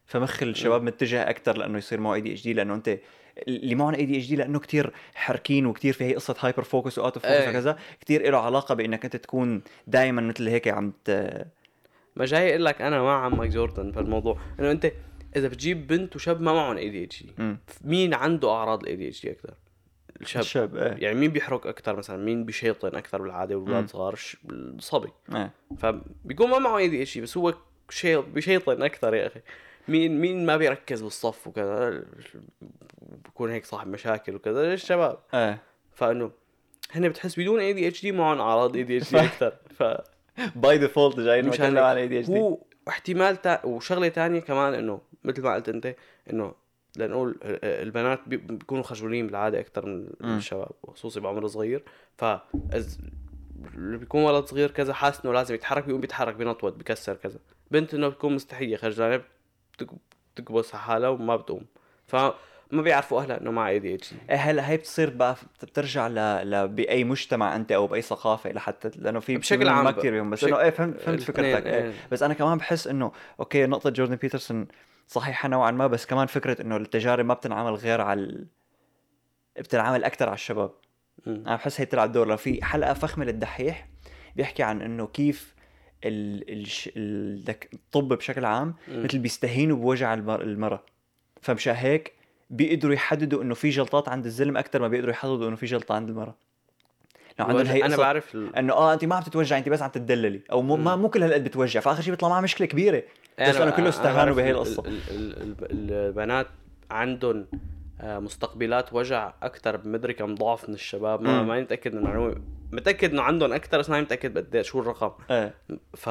فمخ الشباب متجه اكثر لانه يصير معه اي دي اتش دي، لانه انت اللي معهم اي دي اتش دي لانه كتير حركين وكتير في هي قصه هايبر فوكس واوتو فوكس ايه. وكذا، كتير له علاقه بانك انت تكون دائما مثل هيك عم ت... ما جاي اقول لك انا مع عمك جوردن في الموضوع، انه انت اذا بتجيب بنت وشاب ما معهم اي دي اتش دي، مم. مين عنده اعراض الاي دي اتش دي اكثر؟ الشاب. الشاب ايه. يعني مين بيحرق اكثر مثلا، مين بيشيطن اكثر بالعاده، مم. والولاد صغار ش- الصبي. ايه. فبيكون ما معه اي دي اتش دي بس هو شيط بيشيطن اكثر يا اخي. مين مين ما بيركز بالصف وكذا، بيكون هيك صاحب مشاكل وكذا الشباب. ايه. فانه هن بتحس بدون اي دي اتش دي معهم اعراض اي دي اتش دي اكثر. ف باي ديفولت جايين مش نتكلم عن اي دي اتش دي. هو احتمال تا... وشغله تانية كمان انه مثل ما قلت انت انه لنقول البنات بي- بيكونوا خجولين بالعاده اكثر من مم. الشباب، وخصوصي بعمر صغير. ف إز- اللي بيكون ولد صغير كذا حاسس انه لازم يتحرك، بيقوم بيتحرك بينطوط بكسر كذا. بنت انه بتكون مستحيه خجلانه بتك- بتكبس على حالها وما بتقوم، فما بيعرفوا اهلها انه مع اي دي اتش دي. ايه هلا هي بتصير بقى بترجع ل... ل... باي مجتمع انت او باي ثقافه لحتى، لانه في بشكل منهم عام ما ب- كثير بيهم، بس بشك- انه ايه فهمت فهمت الاثنين، فكرتك. ايه. ايه. بس انا كمان بحس انه اوكي نقطه جوردن بيترسون صحيحه نوعا ما، بس كمان فكره انه التجارب ما بتنعمل غير على ال... بتنعمل اكثر على الشباب. مم. انا بحس هي تلعب دور. لو في حلقه فخمه للدحيح بيحكي عن انه كيف ال... الش... الدك... الطب بشكل عام مم. مثل بيستهينوا بوجع المر... المرأة، فمشان هيك بيقدروا يحددوا انه في جلطات عند الزلم اكثر ما بيقدروا يحددوا انه في جلطه عند المرأة. لو عندهم هي انا قصة بعرف ال... انه اه انت ما عم تتوجع، انت بس عم تدللي، او مو ما مو كل هالقد بتوجع، فاخر شيء بيطلع معها مشكله كبيره. بس أنا- انه كله أنا استهانوا بعرف بهي ال- القصه. ال- ال- ال- البنات عندهم آه، مستقبلات وجع اكثر بمدري كم ضعف من الشباب. ما مم. ماني متاكد من المعلومه، متاكد انه عندهم اكثر بس ماني متاكد قد شو الرقم. ايه ف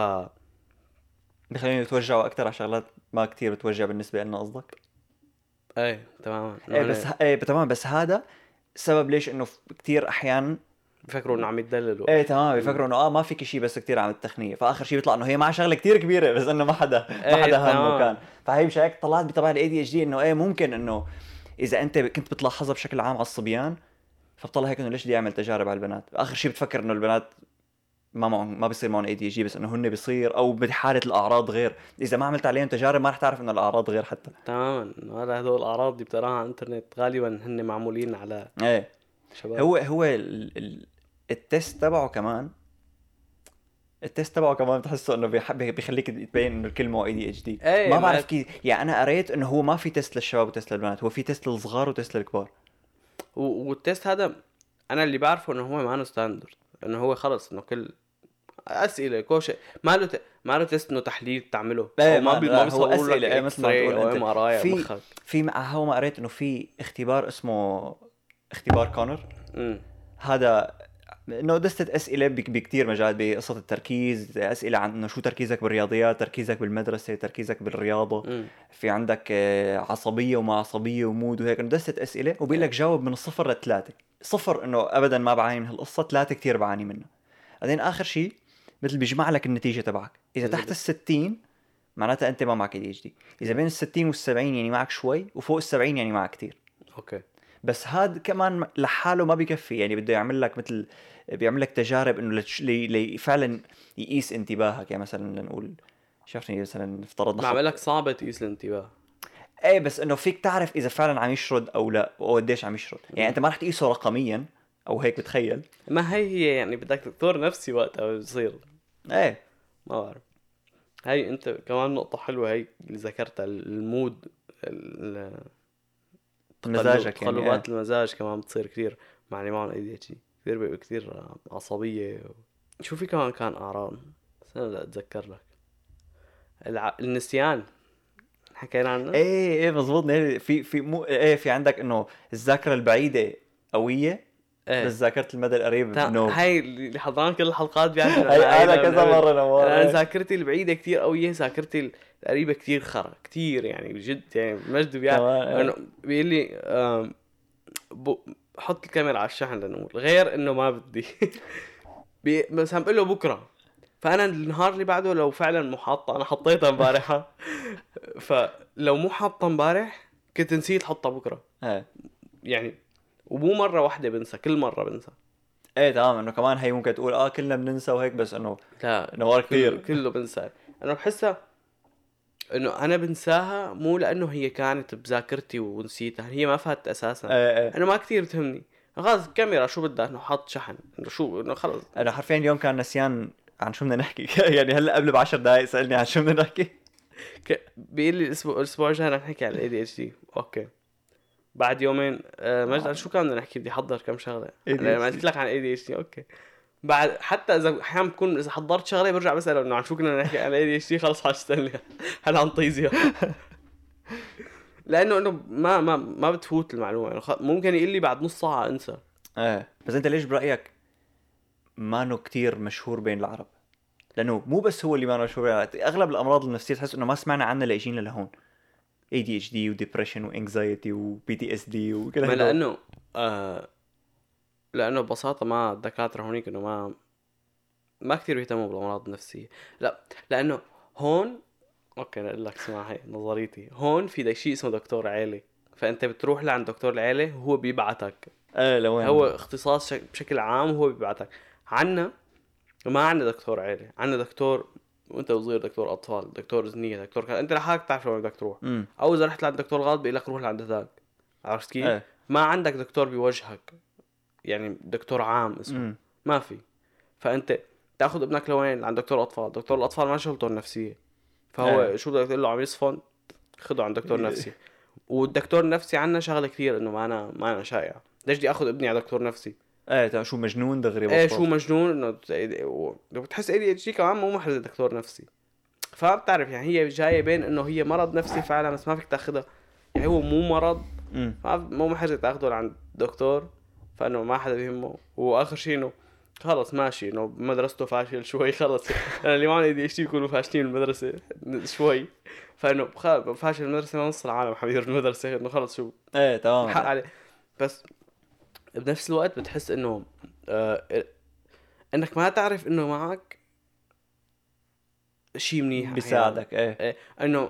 بخليني يتوجعوا اكثر على شغلات ما كتير بتوجع بالنسبه لنا قصدك. ايه تماما. ايه بس ه... ايه تمام، بس هذا سبب ليش انه كتير احيانا بفكروا انه عم يتدللوا. ايه تمام بيفكروا انه اه ما فيك شيء بس كتير عم التقنيه، فاخر شيء بيطلع انه هي مع شغله كتير كبيره بس انه ما حدا ما إيه حدا همه تمام. كان. فهي مش هيك طلعت بطبع الاي دي اتش دي انه ايه ممكن انه اذا انت كنت بتلاحظها بشكل عام على الصبيان، فبطلع هيك انه ليش بدي اعمل تجارب على البنات. اخر شيء بتفكر انه البنات ما معهم ما بيصير معهم اي دي اتش دي، بس انه هن بيصير او بحاله الاعراض غير. اذا ما عملت عليهم تجارب ما رح تعرف انه الاعراض غير حتى. تماما. هذا هدول الاعراض اللي بتراها على الانترنت غالبا هن معمولين على ايه شباب. هو هو ال... ال... التست تبعه كمان التست تبعه كمان بتحسه انه بيح... بيخليك تبين انه الكلمه اي دي اتش دي. ايه ما ما- بعرف كيف يعني. انا قريت انه هو ما في تست للشباب وتست للبنات، هو في تست للصغار وتست للكبار. و- والتست هذا انا اللي بعرفه انه هو ما له ستاندرد، انه هو خلص انه كل اسئله كوشه ما له ت... ما له تست انه تحليل تعمله. ايه أو ما بي... لا، ما هو بيصور لك أسئلة، إيه مثل ما إكس راي بتقول او أنت. ام ار اي في- مخك. في مع هو ما قريت انه في اختبار اسمه اختبار كونر. امم هذا انه دستة اسئله بك- بكتير مجالات، بقصه التركيز، اسئله عن انه شو تركيزك بالرياضيات، تركيزك بالمدرسه، تركيزك بالرياضه، امم في عندك آه، عصبيه وما عصبيه ومود وهيك. انه دستة اسئله وبيقول لك جاوب من الصفر لثلاثه. صفر انه ابدا ما بعاني من هالقصه، ثلاثه كتير بعاني منها. بعدين اخر شيء مثل بيجمع لك النتيجه تبعك. اذا تحت الستين معناتها انت ما معك اي دي اتش دي، اذا بين الستين والسبعين يعني معك شوي، وفوق السبعين يعني معك كتير. اوكي. بس هاد كمان لحاله ما بيكفي، يعني بده يعمل لك مثل بيعمل لك تجارب انه لتش... لي... لي فعلا يقيس انتباهك. يعني مثلا لنقول شافني مثلا افترضنا بعمل لك صعبه تقيس الانتباه. ايه بس انه فيك تعرف اذا فعلا عم يشرد او لا، او قديش عم يشرد. يعني انت ما رح تقيسه رقميا او هيك بتخيل. ما هي هي يعني بدك دكتور نفسي وقتها بصير. ايه ما بعرف. هي انت كمان نقطه حلوه هي اللي ذكرتها، المود ال- مزاجك يعني. تقلبات ايه. المزاج كمان بتصير كثير مع اللي معهم اي دي اتش دي، كثير بيبقوا كثير عصبيه. شو في كمان كان اعراض بس انا بدي اتذكر لك. الع... النسيان حكينا عنه. ايه ايه مزبوط. في في مو ايه في عندك انه الذاكره البعيده قويه ايه بس ذاكره المدى القريب تا... نو. هاي اللي حضران كل الحلقات بيعرف هي انا كذا مره نوار. انا إيه. ذاكرتي البعيده كثير قويه، ذاكرتي القريبه كثير خرا كثير يعني بجد. يعني مجد بيعرف تمام. انه بيقول لي آم، بو... حط الكاميرا على الشحن لنقول غير انه ما بدي بي... بس عم بقول له بكره، فانا النهار اللي بعده لو فعلا مو حاطه انا حطيتها امبارحه فلو مو حاطه امبارح كنت نسيت حطها بكره ايه يعني. ومو مره واحده بنسى، كل مره بنسى. ايه تمام. انه كمان هي ممكن تقول اه كلنا بننسى وهيك، بس انه لا نوار كله, كثير. كله بنسى. انا بحسها انه انا بنساها مو لانه هي كانت بذاكرتي ونسيتها، هي ما فاتت اساسا، آه. انه ما كثير بتهمني، خلص كاميرا شو بدها، انه حط شحن، انه شو، انه خلص. انا حرفيا اليوم كان نسيان عن شو بدنا نحكي. يعني هلا قبل بعشر دقائق سألني عن شو بدنا نحكي. ك... بيقول لي الاسبوع الاسبوع الجاي رح نحكي عن الاي دي اتش دي. اوكي بعد يومين آه مجد عن شو كان بدنا نحكي، بدي احضر كم شغله لما قلت لك عن اي دي اتش دي. اوكي بعد حتى اذا احيانا بكون اذا حضرت شغله برجع بساله انه عن شو كنا نحكي عن اي دي اتش دي، خلص حاج استنى هل عن طيزيها. لانه انه ما ما ما بتفوت المعلومه، يعني ممكن يقول لي بعد نص ساعه انسى. ايه بس انت ليش برايك ما انه كتير مشهور بين العرب؟ لانه مو بس هو اللي ما مشهور بين العرب. اغلب الامراض النفسيه تحس انه ما سمعنا عنها لاجينا لهون. إيه دي إتش دي وديبريشن وانكزايتي وبي تي اس دي وكذا. ما لانه آه لانه ببساطه ما الدكاتره هونيك انه ما ما كثير بيهتموا بالامراض النفسيه. لا لانه هون اوكي اقول لك اسمع هي نظريتي، هون في شيء اسمه دكتور عائله، فانت بتروح لعند دكتور العائله وهو بيبعتك. ايه لوين هو اختصاص بشكل عام وهو بيبعتك. عنا ما عنا دكتور عائله، عنا دكتور وانت صغير دكتور اطفال، دكتور اذنيه، دكتور كذا، انت لحالك تعرف وين بدك تروح. م. او اذا رحت لعند دكتور غلط بيقول لك روح لعند هذاك، عرفت كيف؟ ايه. ما عندك دكتور بيوجهك، يعني دكتور عام اسمه م. ما في. فانت تاخذ ابنك لوين؟ عند دكتور اطفال. دكتور الاطفال ما شغلته النفسيه، فهو ايه. شو بدك تقول له عم يصفن، خذه عند دكتور نفسي. والدكتور النفسي عنا شغله كثير انه ما انا ما انا شائع، ليش بدي اخذ ابني على دكتور نفسي؟ ايه طيب شو مجنون دغري؟ ايه شو مجنون، انه لو بتحس اي دي اتش دي كمان مو محرز دكتور نفسي. فبتعرف يعني هي جايه بين انه هي مرض نفسي فعلا بس ما فيك تاخذها، يعني هو مو مرض م. مو محرز تاخذه عند دكتور، فانه ما حدا بيهمه. واخر شيء انه خلص ماشي انه مدرسته فاشل شوي، خلص انا اللي معي دي اشتي يكونوا فاشلين المدرسه شوي، فانه فاشل المدرسه ما نص العالم حبير المدرسه، انه خلص شو ايه تمام حق عليه. بس بنفس الوقت بتحس انه آه انك ما تعرف انه معك شيء منيح بيساعدك. ايه, إيه انه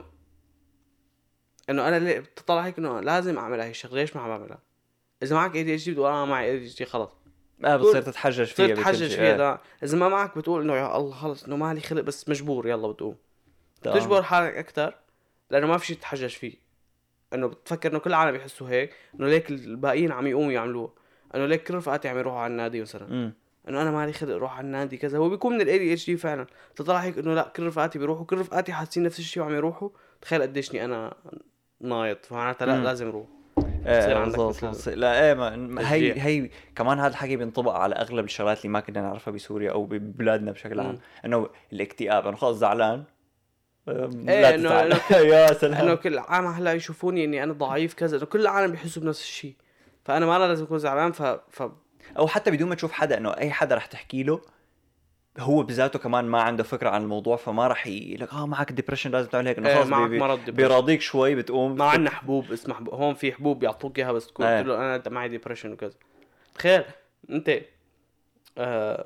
انه انا ليه بتطلع هيك انه لازم اعمل هاي الشغله، ليش ما عم بعملها؟ اذا معك اي دي اتش دي بتقول انا معي اي دي اتش دي خلص، اه بتصير تتحجج فيها، بتصير تتحجج فيها. ايه. ده اذا ما معك بتقول انه يا الله خلص انه ما لي خلق بس مجبور يلا بتقوم بتجبر حالك اكثر، لانه ما في شيء تتحجج فيه. انه بتفكر انه كل العالم بيحسوا هيك، انه ليك الباقيين عم يقوموا يعملوها، انه ليك كل رفقاتي عم يروحوا على النادي مثلا، م. انه انا ما لي خلق اروح على النادي كذا. هو بيكون من الاي دي اتش دي فعلا. تطلع هيك انه لا كل رفقاتي بيروحوا، كل رفقاتي حاسين نفس الشيء وعم يروحوا، تخيل قديشني انا نايط، فمعناتها لا لازم اروح. ايه بالضبط. لا ايه ما هي هي كمان هذا الحكي بينطبق على اغلب الشغلات اللي ما كنا نعرفها بسوريا او ببلادنا بشكل عام، انه الاكتئاب انه خلص زعلان ايه انه يا سلام، انه كل عام هلا يشوفوني اني انا ضعيف كذا، انه كل العالم بيحسوا بنفس الشيء، فانا ما لازم اكون زعلان. ف... ف او حتى بدون ما تشوف حدا، انه اي حدا رح تحكي له هو بذاته كمان ما عنده فكره عن الموضوع، فما رح يقول لك اه معك ديبرشن لازم تعمل هيك، انه خلص معك مرض بيراضيك شوي بتقوم. ما عندنا حبوب اسمها حبوب. هون في حبوب بيعطوك اياها بس تكون ايه. تقول له انا معي ديبرشن وكذا. تخيل انت آه...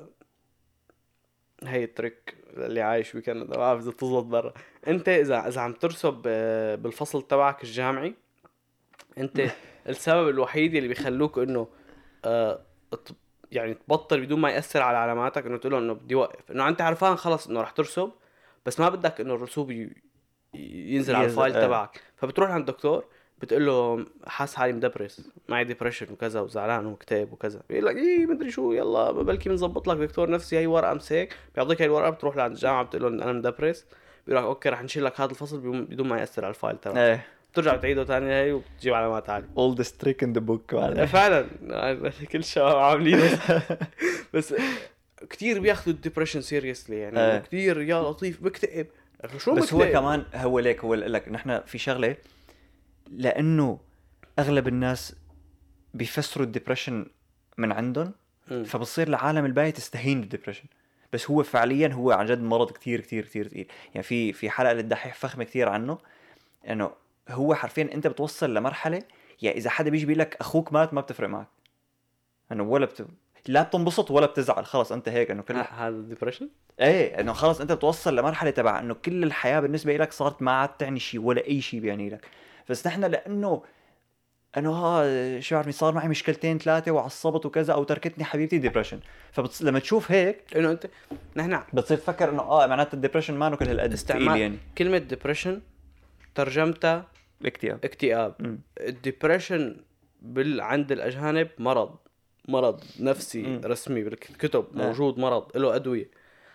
هي التريك اللي عايش بكندا ما بعرف اذا تزبط برا. انت اذا اذا عم ترسب بالفصل تبعك الجامعي، انت السبب الوحيد اللي بيخلوك انه آه... يعني تبطل بدون ما يأثر على علاماتك، انه تقول له انه بدي وقف، انه انت عارفان خلص انه رح ترسب بس ما بدك انه الرسوب ي... ينزل على الفايل اه. تبعك. فبتروح عند الدكتور بتقول له حاس حالي مدبرس، معي ديبريشن وكذا وزعلان ومكتئب وكذا، بيقول لك ايه مدري شو، يلا بلكي بنظبط لك دكتور نفسي، هي ورقه مسك بيعطيك هاي الورقه، بتروح لعند الجامعه بتقول له انا مدبرس، بيقول لك اوكي رح نشيل لك هذا الفصل بدون ما يأثر على الفايل تبعك. ايه. بترجع تعيده ثاني هي وبتجيب علامات عاليه. oldest trick in the book فعلا كل الشباب عاملين بس كتير بياخذوا الديبريشن سيريسلي، يعني اه. كتير يا لطيف بكتئب شو بس مكتئب؟ هو كمان هو ليك هو لك نحن في شغله، لانه اغلب الناس بيفسروا الديبريشن من عندهم، فبصير العالم الباقي تستهين بالديبريشن، بس هو فعليا هو عن جد مرض كتير كتير كتير ثقيل. يعني في في حلقه للدحيح فخمه كتير عنه، انه هو حرفيا انت بتوصل لمرحله يعني اذا حدا بيجي بيقول لك اخوك مات ما بتفرق معك، انه ولا بت... لا بتنبسط ولا بتزعل، خلص انت هيك انه كل هذا الديبريشن. ايه انه خلص انت بتوصل لمرحله تبع انه كل الحياه بالنسبه لك صارت ما عاد تعني شيء ولا اي شيء بيعني لك. بس نحن لانه انه ها شو عارفني صار معي مشكلتين ثلاثه وعصبت وكذا او تركتني حبيبتي ديبريشن، فلما تشوف هيك انه انت نحن بتصير تفكر انه اه معناته الديبريشن ما انه كل هالقد ثقيل. يعني كلمه ديبريشن ترجمتها اكتئاب. اكتئاب. الديبريشن بال عند الاجانب مرض مرض نفسي م. رسمي بالكتب موجود، مرض له ادويه.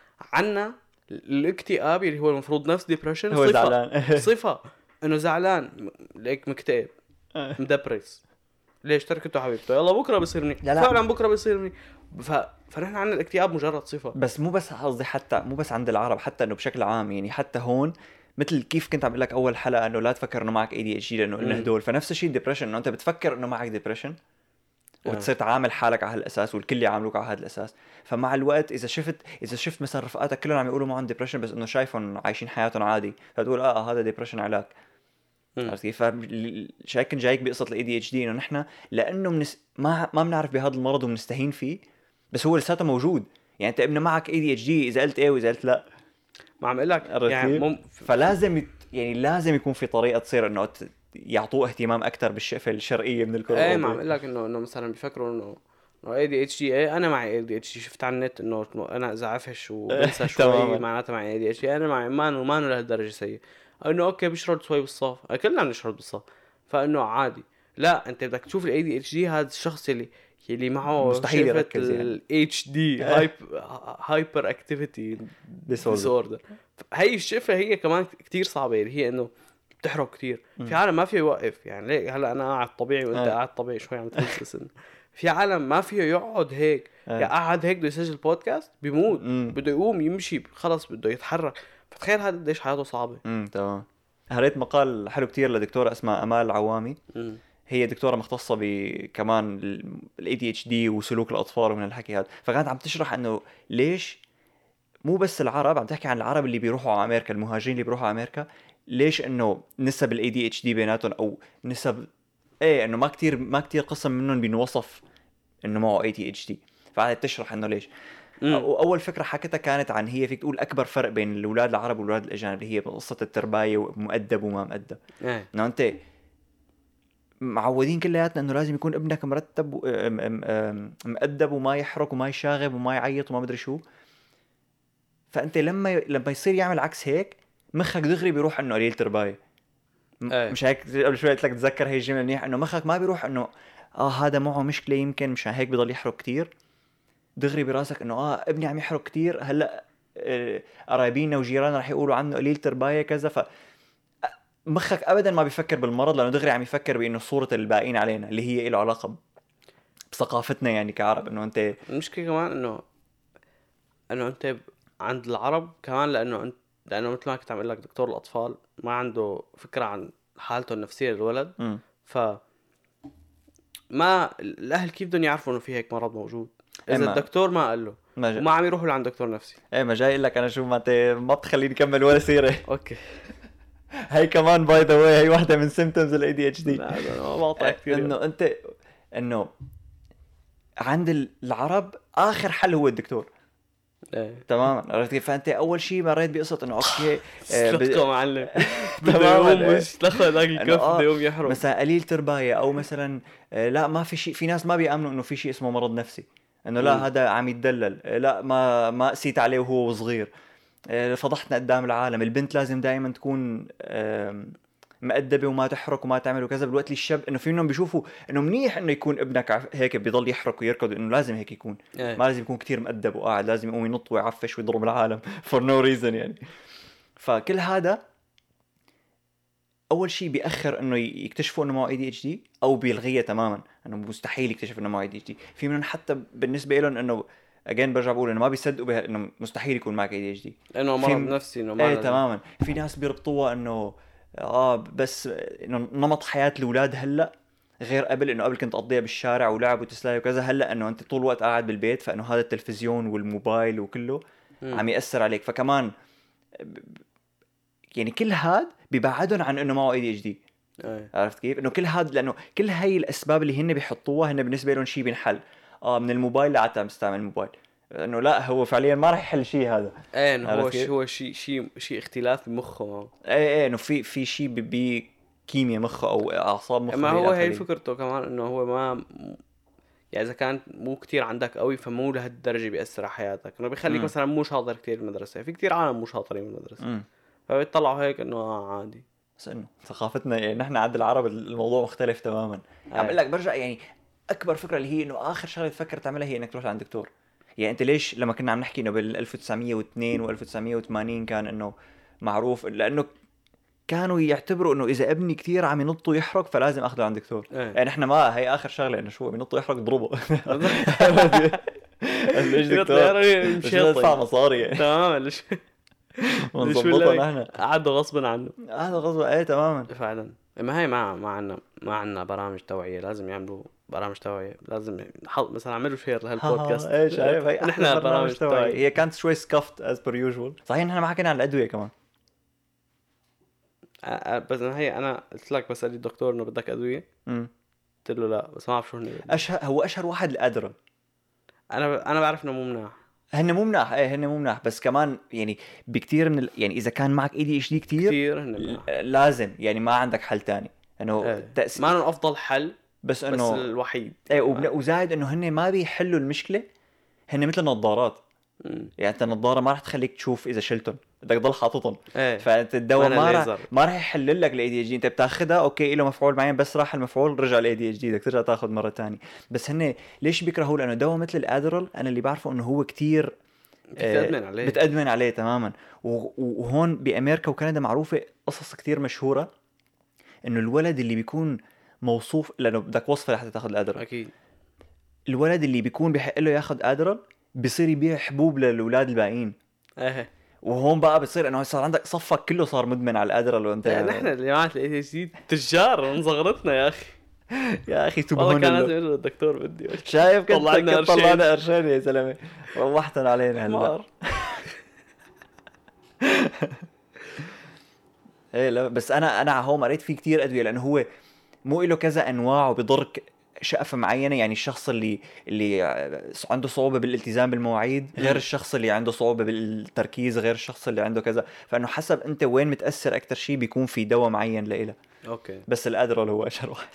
عنا الاكتئاب اللي هو المفروض نفس ديبريشن هو صفه زعلان. صفه انه زعلان ليك مكتئب مدبرس. ليش تركته حبيبته يلا بكره بيصيرني فعلا بكره بيصيرني. ف... فنحن عندنا الاكتئاب مجرد صفه. بس مو بس قصدي حتى مو بس عند العرب، حتى انه بشكل عام يعني حتى هون مثل كيف كنت عم بقول لك اول حلقه انه لا تفكر انه معك اي دي اتش دي لانه قلنا هدول. فنفس الشيء الديبريشن، انه انت بتفكر انه معك ديبريشن وتصير تعامل حالك على هالاساس والكل يعاملوك على هذا الاساس. فمع الوقت اذا شفت اذا شفت مثلا رفقاتك كلهم عم يقولوا معهم ديبريشن بس انه شايفهم عايشين حياتهم عادي، فتقول اه هذا ديبريشن علاج. عرفت كيف؟ فشايكن جايك بقصه الاي دي اتش دي انه نحن لانه منس... ما ما بنعرف بهذا المرض وبنستهين فيه، بس هو لساته موجود. يعني انت ابنه معك اي دي اتش دي اذا قلت ايه واذا قلت لا ما عم اقول لك يعني مم... فلازم يت... يعني لازم يكون في طريقه تصير انه ت... يعطوه اهتمام اكثر بالشفه الشرقيه من الكره. ايه ما عم اقول لك انه انه مثلا بيفكروا انه انه اي دي اتش دي. ايه انا معي اي دي اتش دي، شفت على النت انه انا اذا عفش وبنسى شوي معناته معي اي دي اتش دي. انا معي ما انه ما انه لهالدرجه سيء انه اوكي بيشرد شوي بالصف، كلنا بنشرد بالصف فانه عادي. لا انت بدك تشوف الاي دي اتش دي هذا الشخص اللي اللي معه مستحيل يركز يعني الاتش دي هايب هايبر اكتيفيتي ديسوردر. هي الشفه هي كمان كتير صعبه، اللي هي انه بتحرق كتير. في عالم ما فيه يوقف يعني ليه هلا انا قاعد طبيعي وانت قاعد طبيعي شوي عم تهزس. في عالم ما فيه يقعد هيك يعني قاعد هيك بده يسجل بودكاست بيموت، بده يقوم يمشي خلص بده يتحرك. فتخيل هذا قديش حياته صعبه. امم تمام. قريت مقال حلو كتير لدكتوره اسمها امال العوامي. م. هي دكتوره مختصه بكمان الاي دي اتش دي وسلوك الاطفال ومن الحكي هذا. فكانت عم تشرح انه ليش مو بس العرب، عم تحكي عن العرب اللي بيروحوا على امريكا، المهاجرين اللي بيروحوا على امريكا، ليش انه نسب الاي دي اتش دي بيناتهم او نسب ايه انه ما كتير ما كتير قسم منهم بينوصف انه معه اي دي اتش دي. فقعدت تشرح انه ليش. واول فكره حكيتها كانت عن هي فيك تقول اكبر فرق بين الاولاد العرب والاولاد الاجانب اللي هي قصه التربايه ومؤدب وما مؤدب. ايه انه انت معودين كلياتنا انه لازم يكون ابنك مرتب ومؤدب وما يحرك وما يشاغب وما يعيط وما مدري شو. فانت لما لما يصير يعمل عكس هيك مخك دغري بيروح انه قليل تربايه. أيه. مش هيك قبل شوي قلت لك تذكر هي الجمله منيح انه مخك ما بيروح انه اه هذا معه مشكله يمكن مشان هيك بضل يحرك كتير. دغري براسك انه اه ابني عم يحرك كتير هلا آه قرايبينا وجيراننا رح يقولوا عنه قليل تربايه كذا. ف مخك ابدا ما بيفكر بالمرض لانه دغري عم يفكر بانه صوره الباقين علينا اللي هي له علاقه بثقافتنا يعني كعرب. انه انت المشكله كمان انه انه انت عند العرب كمان لانه انت لانه مثل ما كنت عم اقول لك دكتور الاطفال ما عنده فكره عن حالته النفسيه للولد. م. ف ما الاهل كيف بدهم يعرفوا انه في هيك مرض موجود اذا إما. الدكتور ما قال له ما وما عم يروحوا لعند دكتور نفسي. ايه ما جاي لك انا شو ما انت ما بتخليني اكمل ولا سيره. اوكي هي كمان باي ذا واي هي واحده من سيمبتومز الاي دي اتش دي. لا انا ما بقطع كثير انه انت انه عند العرب اخر حل هو الدكتور. ايه تماما. عرفت كيف؟ فانت اول شيء مريت بقصه انه اوكي صدقوا معلم تماما مش تاخذ ذاك الكف بده يوم يحرق مثلا قليل تربايه او مثلا لا ما في شيء. في ناس ما بيامنوا انه في شيء اسمه مرض نفسي، انه لا م. هذا عم يتدلل، لا ما ما قسيت عليه وهو صغير، فضحتنا قدام العالم. البنت لازم دائما تكون مؤدبه وما تحرك وما تعمل وكذا. بالوقت اللي الشاب انه في منهم بيشوفوا انه منيح انه يكون ابنك هيك بيضل يحرك ويركض، انه لازم هيك يكون أيه. ما لازم يكون كتير مؤدب وقاعد لازم يقوم ينط ويعفش ويضرب العالم for no reason يعني. فكل هذا اول شيء بيأخر انه يكتشفوا انه معه اي دي اتش دي او بيلغيه تماما، انه مستحيل يكتشف انه معه اي دي اتش دي. في منهم حتى بالنسبه لهم انه اجين برجع بقول انه ما بيصدقوا بها انه مستحيل يكون معك اي دي اتش دي انه مرض نفسي انه ما ايه تماما. في ناس بيربطوها انه اه بس انه نمط حياه الاولاد هلا غير قبل، انه قبل كنت اقضيها بالشارع ولعب وتسلاي وكذا، هلا انه انت طول الوقت قاعد بالبيت فانه هذا التلفزيون والموبايل وكله م. عم ياثر عليك. فكمان يعني كل هاد بيبعدهم عن انه معه اي دي اتش دي. عرفت كيف؟ انه كل هاد لانه كل هاي الاسباب اللي هن بيحطوها هن بالنسبه لهم شيء بينحل. اه من الموبايل لقعدت عم استعمل الموبايل، انه لا هو فعليا ما راح يحل شيء هذا. ايه انه هو شيء هو شيء شيء شيء اختلاف بمخه. ايه ايه انه في في شيء بكيمياء مخه او اعصاب مخه. ما هو هي فكرته كمان انه هو ما يعني اذا كانت مو كتير عندك قوي فمو لهالدرجه بيأثر على حياتك، انه بيخليك م. مثلا مو شاطر كتير بالمدرسه. في كتير عالم مو شاطرين بالمدرسه م. فبيطلعوا هيك انه آه عادي بس انه ثقافتنا يعني نحن عند العرب الموضوع مختلف تماما. عم بقول لك برجع يعني اكبر فكره اللي هي انه اخر شغله تفكر تعملها هي انك تروح عند دكتور. يعني انت ليش لما كنا عم نحكي انه بال ألف وتسعمية واثنين و ألف وتسعمية وثمانين كان انه معروف لانه كانوا يعتبروا انه اذا ابني كتير عم ينط ويحرق فلازم اخذه عند دكتور. ايه. يعني احنا ما هي اخر شغله انه شو بينط ويحرق ضربه. ليش دكتور مش ندفع مصاري يعني. تمام. ليش ونظبطها نحن قعدوا غصبا عنه. هذا غصبا ايه تماما فعلا. ما هي ما ما عندنا ما عندنا برامج توعيه. لازم يعملوا برامج توعيه. لازم نحط مثلا عملوا شير لهالبودكاست. ايش عارف هي نحن برامج توعيه. هي كانت شوي سكفت از بير يوجوال. صحيح نحن ما حكينا عن الادويه كمان. بس هي انا قلت لك بسالي الدكتور انه بدك ادويه. امم قلت له لا بس ما بعرف شو هن. اشهر هو اشهر واحد الادرل. انا انا بعرف انه مو مناح. هن مو مناح. ايه هن مو مناح بس كمان يعني بكتير من ال... يعني اذا كان معك اي دي اتش دي كتير كثير هن لازم يعني ما عندك حل تاني انه ايه. تأس... ما انه افضل حل بس بس انه الوحيد. ايه وبن... وزايد انه هن ما بيحلوا المشكله. هن مثل النظارات. مم. يعني انت النظاره ما راح تخليك تشوف اذا شلتهم بدك تضل حاططهم. ايه. فانت الدواء ما راح ليزر. ما راح يحل لك الاي دي اتش دي. انت بتاخذها اوكي له مفعول معين بس راح المفعول رجع الاي دي اتش دي بدك ترجع تاخذ مره ثانيه. بس هن ليش بيكرهوا لانه دواء مثل الادرل انا اللي بعرفه انه هو كتير بتأدمن عليه. بتأدمن عليه تماما. وهون بامريكا وكندا معروفه قصص كتير مشهوره انه الولد اللي بيكون موصوف لانه بدك وصفه لحتى تاخذ الادرل. اكيد. الولد اللي بيكون بحق له ياخذ ادرل بيصير يبيع حبوب للاولاد الباقيين. ايه. وهون بقى بتصير انه صار عندك صفك كله صار مدمن على الادرل وانت نحن اللي معنا الاي سي تجار من صغرتنا يا اخي. يا اخي والله تبهون كان لازم يقول الدكتور بدي. شايف كنت طلعنا كنت طلعنا قرشين يا زلمه روحتنا علينا هلا. ايه لا بس انا انا هون قريت فيه كتير ادويه لانه هو مو له كذا انواع وبيضرك شقفه معينه. يعني الشخص اللي اللي عنده صعوبه بالالتزام بالمواعيد غير الشخص اللي عنده صعوبه بالتركيز غير الشخص اللي عنده كذا. فانه حسب انت وين متاثر اكثر شيء بيكون في دواء معين لإله. اوكي. بس الادرل هو اشهر واحد.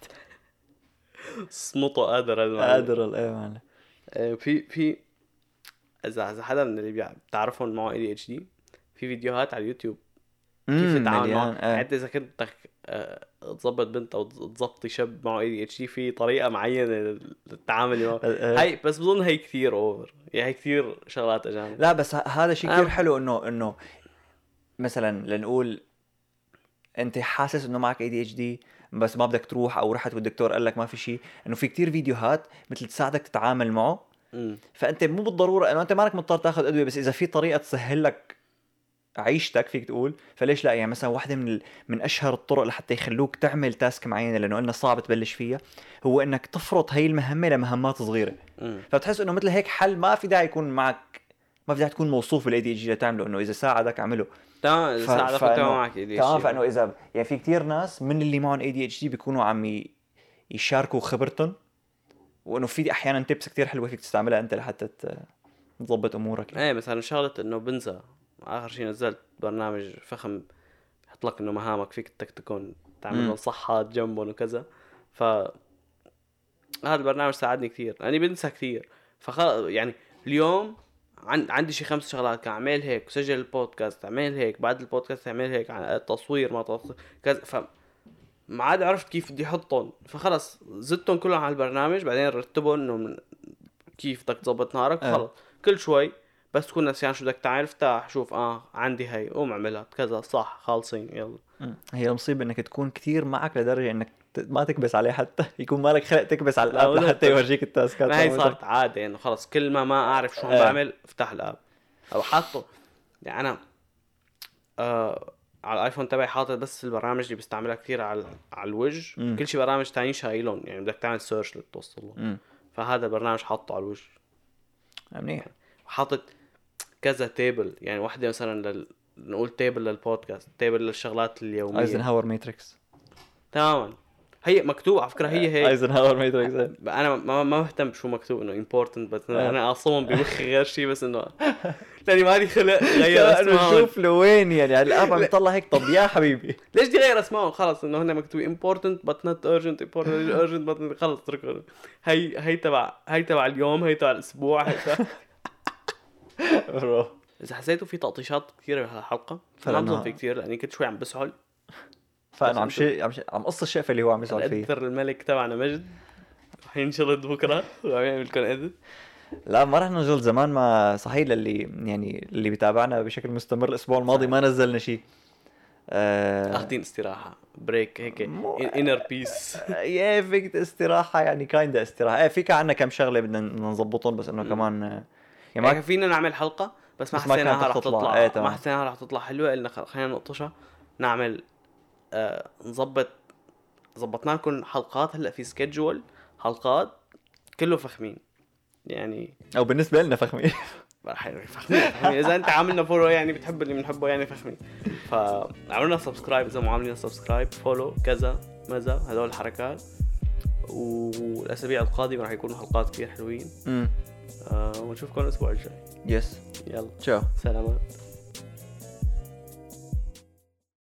صمته ادرل. ادرل ايه معنا. في في اذا اذا حدا من اللي بتعرفهم معه اي دي اتش دي في فيديوهات على اليوتيوب كيف تتعامل معه. اه. حتى اذا كنت بدك تظبط بنت او تظبطي شاب معه اي دي اتش دي في طريقه معينه للتعامل معه. هي بس بظن هي كثير اوفر. يعني هي كثير شغلات اجانب. لا بس هذا شيء كثير حلو انه انه مثلا لنقول انت حاسس انه معك اي دي اتش دي بس ما بدك تروح او رحت والدكتور قال لك ما في شيء انه في كتير فيديوهات مثل تساعدك تتعامل معه. م. فانت مو بالضروره انه انت مالك مضطر تاخذ ادويه بس اذا في طريقه تسهل لك عيشتك فيك تقول فليش لا. يعني مثلا واحدة من ال... من اشهر الطرق لحتى يخلوك تعمل تاسك معينه لانه قلنا صعب تبلش فيها هو انك تفرط هي المهمه لمهمات صغيره. م. فبتحس انه مثل هيك حل ما في داعي يكون معك ما في داعي تكون موصوف بالاي دي اتش دي لتعمله. انه اذا ساعدك اعمله تمام. اذا ساعدك تمام معك اي دي اتش دي تمام. فانه اذا يعني في كتير ناس من اللي معهم اي دي اتش دي بيكونوا عم ي... يشاركوا خبرتهم وانه في احيانا تيبس كتير حلوه فيك تستعملها انت لحتى تظبط امورك. ايه مثلا شغله انه بنسى اخر شيء نزلت برنامج فخم يحط لك انه مهامك فيك بدك تكون تعمل لهم صحات جنبهم وكذا. ف هذا البرنامج ساعدني كثير لاني بنسى كثير. فخل يعني اليوم عن... عندي شي خمس شغلات كان اعمل هيك وسجل البودكاست اعمل هيك بعد البودكاست اعمل هيك عن التصوير ما تصوير كذا. ف ما عاد عرفت كيف بدي احطهم. فخلص زدتهم كلهم على البرنامج بعدين رتبهم انه من... كيف بدك تظبط نهارك. خلص كل شوي بس تكون نسيان شو بدك تعمل افتح شوف اه عندي هي قوم اعملها كذا صح خالصين يلا. هي المصيبه انك تكون كثير معك لدرجه انك ما تكبس عليه حتى يكون مالك خلق تكبس على الاب لحتى يورجيك التاسكات. ما هي صارت عاده انه يعني خلص كل ما ما اعرف شو عم بعمل افتح الاب او حاطه. يعني انا آه على الايفون تبعي حاطط بس البرامج اللي بستعملها كثير على على الوجه. م. كل شيء برامج ثانيين شايلهم يعني بدك تعمل سيرش لتوصل له. فهذا البرنامج حاطه على الوجه منيح. حاطط كذا تيبل يعني واحده مثلا لل... نقول تيبل للبودكاست تيبل للشغلات اليوميه ايزنهاور ماتريكس تماما. هي مكتوب على فكره هي هي ايزنهاور ماتريكس. انا ما ما بهتم شو مكتوب انه امبورتنت بس انا اصلا بمخي غير شيء بس انه ثاني مالي خلق غير اسمه شوف لوين يعني الاب عم يطلع هيك. طب يا حبيبي ليش دي غير اسمائهم خلص انه هنا مكتوب important but not urgent important urgent but خلص اتركوا. هي هي تبع هي تبع اليوم هي تبع الاسبوع هي تبع اذا حسيتوا في تقطيشات كثيره بهالحلقه ما بظن في كثير لاني كنت شوي عم بسعل فانا عم شيء عم, شي... عم قص الشقفه اللي هو عم يسأل فيه. الاديتر الملك تبعنا مجد رح ينشرد بكره وعم يعمل لكم اديت. لا ما رح ننزل زمان ما صحيح للي يعني اللي بيتابعنا بشكل مستمر الاسبوع الماضي ما نزلنا شيء. آه... اخذين استراحه بريك هيك مو... انر بيس. يا فيك استراحه يعني كايندا استراحه. ايه فيك عنا كم شغله بدنا نظبطهم بس انه كمان يعني ما فينا نعمل حلقه بس ما حسيناها رح تطلع ايه ما حسيناها رح تطلع حلوه. قلنا خلينا نقطشها نعمل آه... نظبط ظبطنا لكم حلقات. هلا في سكيدجول حلقات كله فخمين يعني او بالنسبه لنا فخمين. فخمين فخمين اذا انت عاملنا فولو يعني بتحب اللي بنحبه يعني فخمين. فعملنا سبسكرايب اذا مو عاملين سبسكرايب فولو كذا ماذا هذول الحركات. والاسابيع القادمه راح يكونوا حلقات كثير حلوين. امم آه ونشوفكم الاسبوع الجاي. يس يلا تشاو سلامات.